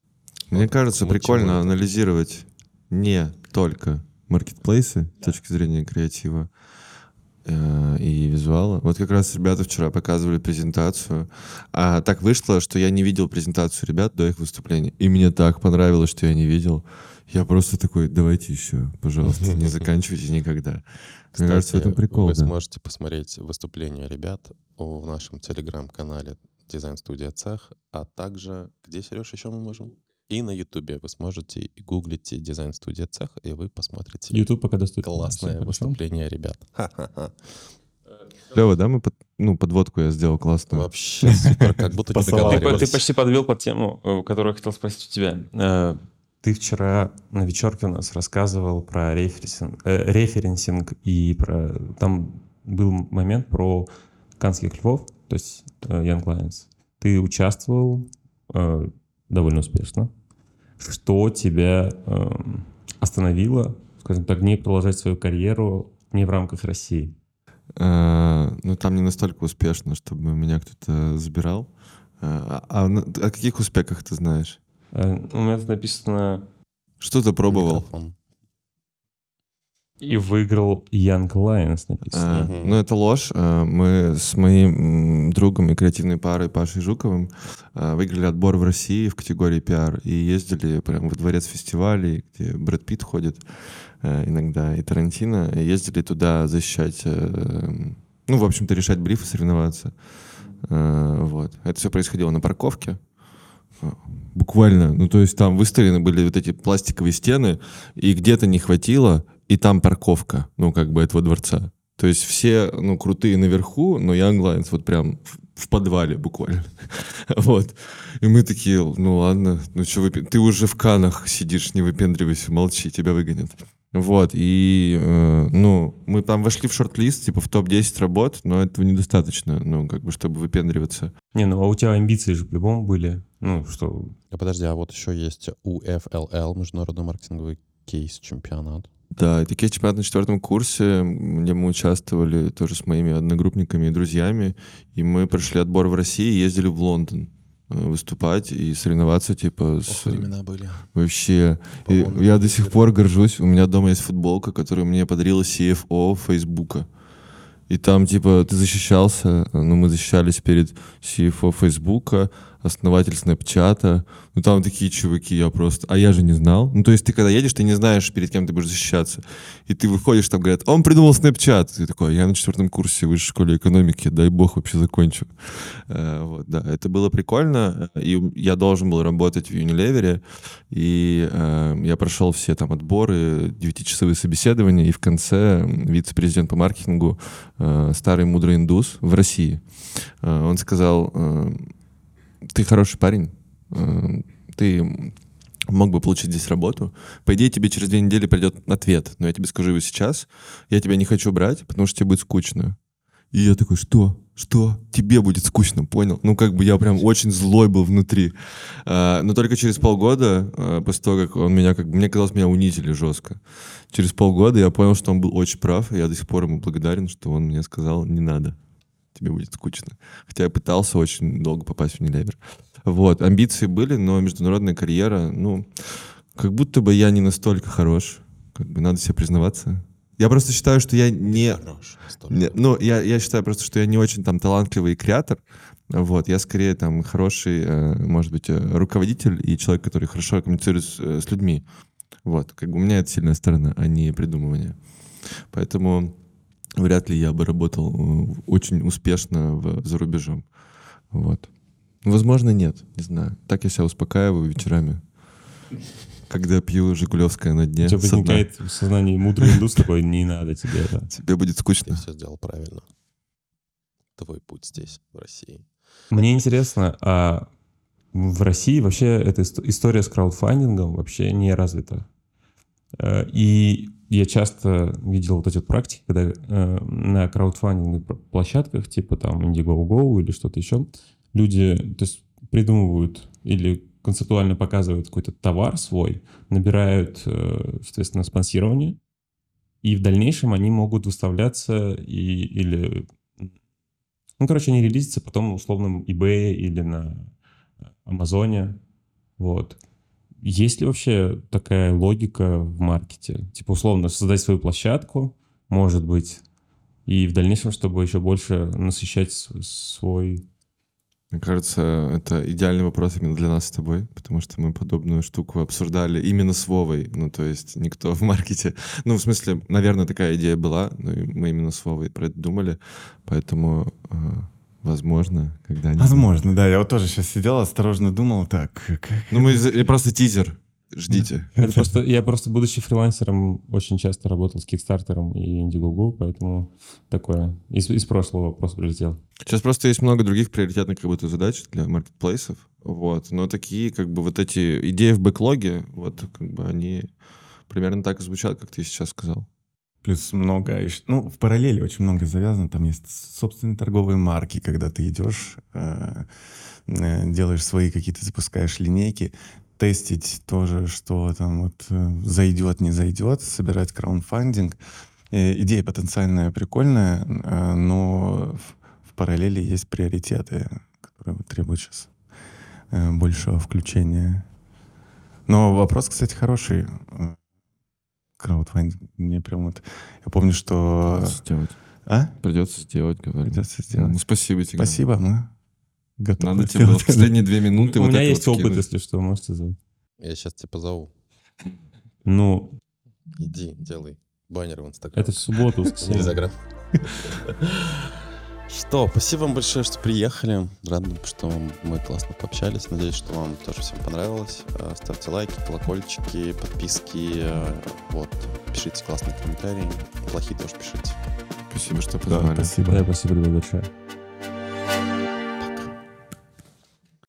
Мне Вот, кажется, мы прикольно чего это? анализировать не только маркетплейсы с точки зрения креатива э, и визуала. Вот как раз ребята вчера показывали презентацию. А так вышло, что я не видел презентацию ребят до их выступления. И мне так понравилось, что я не видел. Я просто такой, давайте еще, пожалуйста, не заканчивайте никогда. Мне кажется, в этом прикол, вы да. сможете посмотреть выступления ребят в нашем телеграм-канале Дизайн-студия Цех, а также, где, Сереж, еще мы можем? И на Ютубе вы сможете и гуглите Дизайн-студия Цех, и вы посмотрите YouTube пока доступен. классное Всё хорошо. выступление ребят. Ха-ха-ха. Клево, да? Мы под- ну, подводку я сделал классную. Вообще супер, как будто не Ты, По словам. по- договаривались. ты почти подвел под тему, э, которую я хотел спросить у тебя. Э, Ты вчера на вечерке у нас рассказывал про референсинг, э, референсинг и про... Там был момент про Каннских львов, то есть э, Young Lions. Ты участвовал э, довольно успешно. Что тебя э, остановило, скажем так, не продолжать свою карьеру не в рамках России? А, ну, там не настолько успешно, чтобы меня кто-то забирал. А, а на- о каких успехах ты знаешь? Э, У меня тут написано Что ты пробовал? Микрофон. «И выиграл Young Lions», написано. А, Мгм. ну, это ложь. А, Мы с моим м, другом и креативной парой Пашей Жуковым а, выиграли отбор в России в категории пиар и ездили прям во дворец фестивалей, где Брэд Питт ходит а, иногда, и Тарантино. И ездили туда защищать, э, ну, в общем-то, решать брифы, соревноваться. А, Вот. Это все происходило на парковке. А, Буквально. Ну, то есть там выставлены были вот эти пластиковые стены, и где-то не хватило, и там парковка, ну, как бы этого дворца. То есть все, ну, крутые наверху, но Young Lions вот прям в, в подвале буквально. Вот. И мы такие, ну, ладно, ну, что вы... Ты уже в Каннах сидишь, не выпендривайся, молчи, тебя выгонят. Вот, и, э, ну, мы там вошли в шорт-лист, типа в топ десять работ, но этого недостаточно, ну, как бы, чтобы выпендриваться. Не, ну а у тебя амбиции же по-любому были. Ну, что... А подожди, а вот еще есть у эф эл эл, Международный маркетинговый кейс-чемпионат. Да, и такие чемпионаты на четвертом курсе, где мы участвовали тоже с моими одногруппниками и друзьями, и мы прошли отбор в России, ездили в Лондон э, выступать и соревноваться, типа, с... Ох, времена были. Вообще, и По-моему, я до сих пор горжусь. У меня дома есть футболка, которую мне подарила си эф о Фейсбука. И там, типа, ты защищался, ну, мы защищались перед си эф о Фейсбука, основатель Снэпчата. Ну, там такие чуваки, я просто... А я же не знал. Ну, то есть ты, когда едешь, ты не знаешь, перед кем ты будешь защищаться. И ты выходишь, там говорят, он придумал Снэпчат. Ты такой, я на четвертом курсе в высшей школе экономики, дай бог, вообще закончу. Э, Вот, да, это было прикольно. И я должен был работать в Unilever, и э, я прошел все там отборы, девятичасовые собеседования, и в конце вице-президент по маркетингу, э, старый мудрый индус в России, э, он сказал, э, ты хороший парень, э, ты мог бы получить здесь работу. По идее, тебе через две недели придет ответ, но я тебе скажу его сейчас. Я тебя не хочу брать, потому что тебе будет скучно. И я такой, что? Что? Тебе будет скучно, понял? Ну, как бы я прям очень злой был внутри. А, но только через полгода, а, после того, как он меня, как бы, мне казалось, меня унизили жестко. Через полгода я понял, что он был очень прав, и я до сих пор ему благодарен, что он мне сказал, не надо, тебе будет скучно. Хотя я пытался очень долго попасть в Unilever. Вот, амбиции были, но международная карьера, ну, как будто бы я не настолько хорош. Как бы надо себе признаваться. Я просто считаю, что я не... Хорош, столько. не- ну, я, я считаю просто, что я не очень там талантливый креатор. Вот, я скорее там хороший, э, может быть, э, руководитель и человек, который хорошо коммуницирует с, э, с людьми. Вот, как бы у меня это сильная сторона, а не придумывание. Поэтому вряд ли я бы работал э, очень успешно в- за рубежом. Вот. Возможно, нет, не знаю. Так я себя успокаиваю вечерами, когда пью жигулевское на У дне. тебя со дна. возникает в сознании мудрый индус такой, не надо тебе это. Тебе будет Ты скучно. все сделал правильно. Твой путь здесь, в России. Мне интересно, а в России вообще эта ист- история с краудфандингом вообще не развита. Э, И я часто видел вот эти вот практики, когда э, на краудфандинговых пр- площадках, типа там Indiegogo или что-то еще, люди, то есть, придумывают или концептуально показывают какой-то товар свой, набирают, э, соответственно, спонсирование, и в дальнейшем они могут выставляться и, или... Ну, короче, они релизятся потом на условном eBay или на Амазоне. Вот. есть ли вообще такая логика в маркете? Типа, условно, создать свою площадку, может быть, и в дальнейшем, чтобы еще больше насыщать с- свой... Мне кажется, это идеальный вопрос именно для нас с тобой, потому что мы подобную штуку обсуждали именно с Вовой. Ну, то есть никто в маркете... Ну, в смысле, наверное, такая идея была, но и мы именно с Вовой про это думали, поэтому, э, возможно, когда-нибудь... Возможно, да. Я вот тоже сейчас сидел, осторожно думал, так, как... Ну, мы за- и просто тизер. Ждите. Это просто, я просто, будучи фрилансером, очень часто работал с Кикстартером и Indiegogo, поэтому такое из, из прошлого просто прилетел. Сейчас просто есть много других приоритетных как будто задач для маркетплейсов, вот, но такие как бы вот эти идеи в бэклоге, вот как бы они примерно так и звучат, как ты сейчас сказал. Плюс много, еще- ну, в параллели очень много завязано. Там есть собственные торговые марки, когда ты идешь, э, э, делаешь свои какие-то, запускаешь линейки, тестить тоже, что там вот э, зайдет, не зайдет, собирать краудфандинг. Э, идея потенциальная, прикольная, э, но в, в параллели есть приоритеты, которые вот требуют сейчас э, большего включения. Но вопрос, кстати, хороший. Э, Краудфандинг. Мне прям вот... Я помню, что... Придется сделать. А? Придется сделать, говорю. Придется сделать. Ну, спасибо тебе. Спасибо, мы готовы. Надо тебе было в сделать. последние две минуты У вот меня это есть вот опыт, скинуть. если что, можете звать. Я сейчас тебя позову. Ну, Иди, делай баннер в Инстаграм. это в субботу, Или воскресенье. за граф. Что, спасибо вам большое, что приехали. Рад, что мы классно пообщались. Надеюсь, что вам тоже всем понравилось. Э, Ставьте лайки, колокольчики, подписки. э, Вот. Пишите классные комментарии. Плохие тоже пишите. Спасибо, что Да, позвали. спасибо. Да, спасибо тебе большое.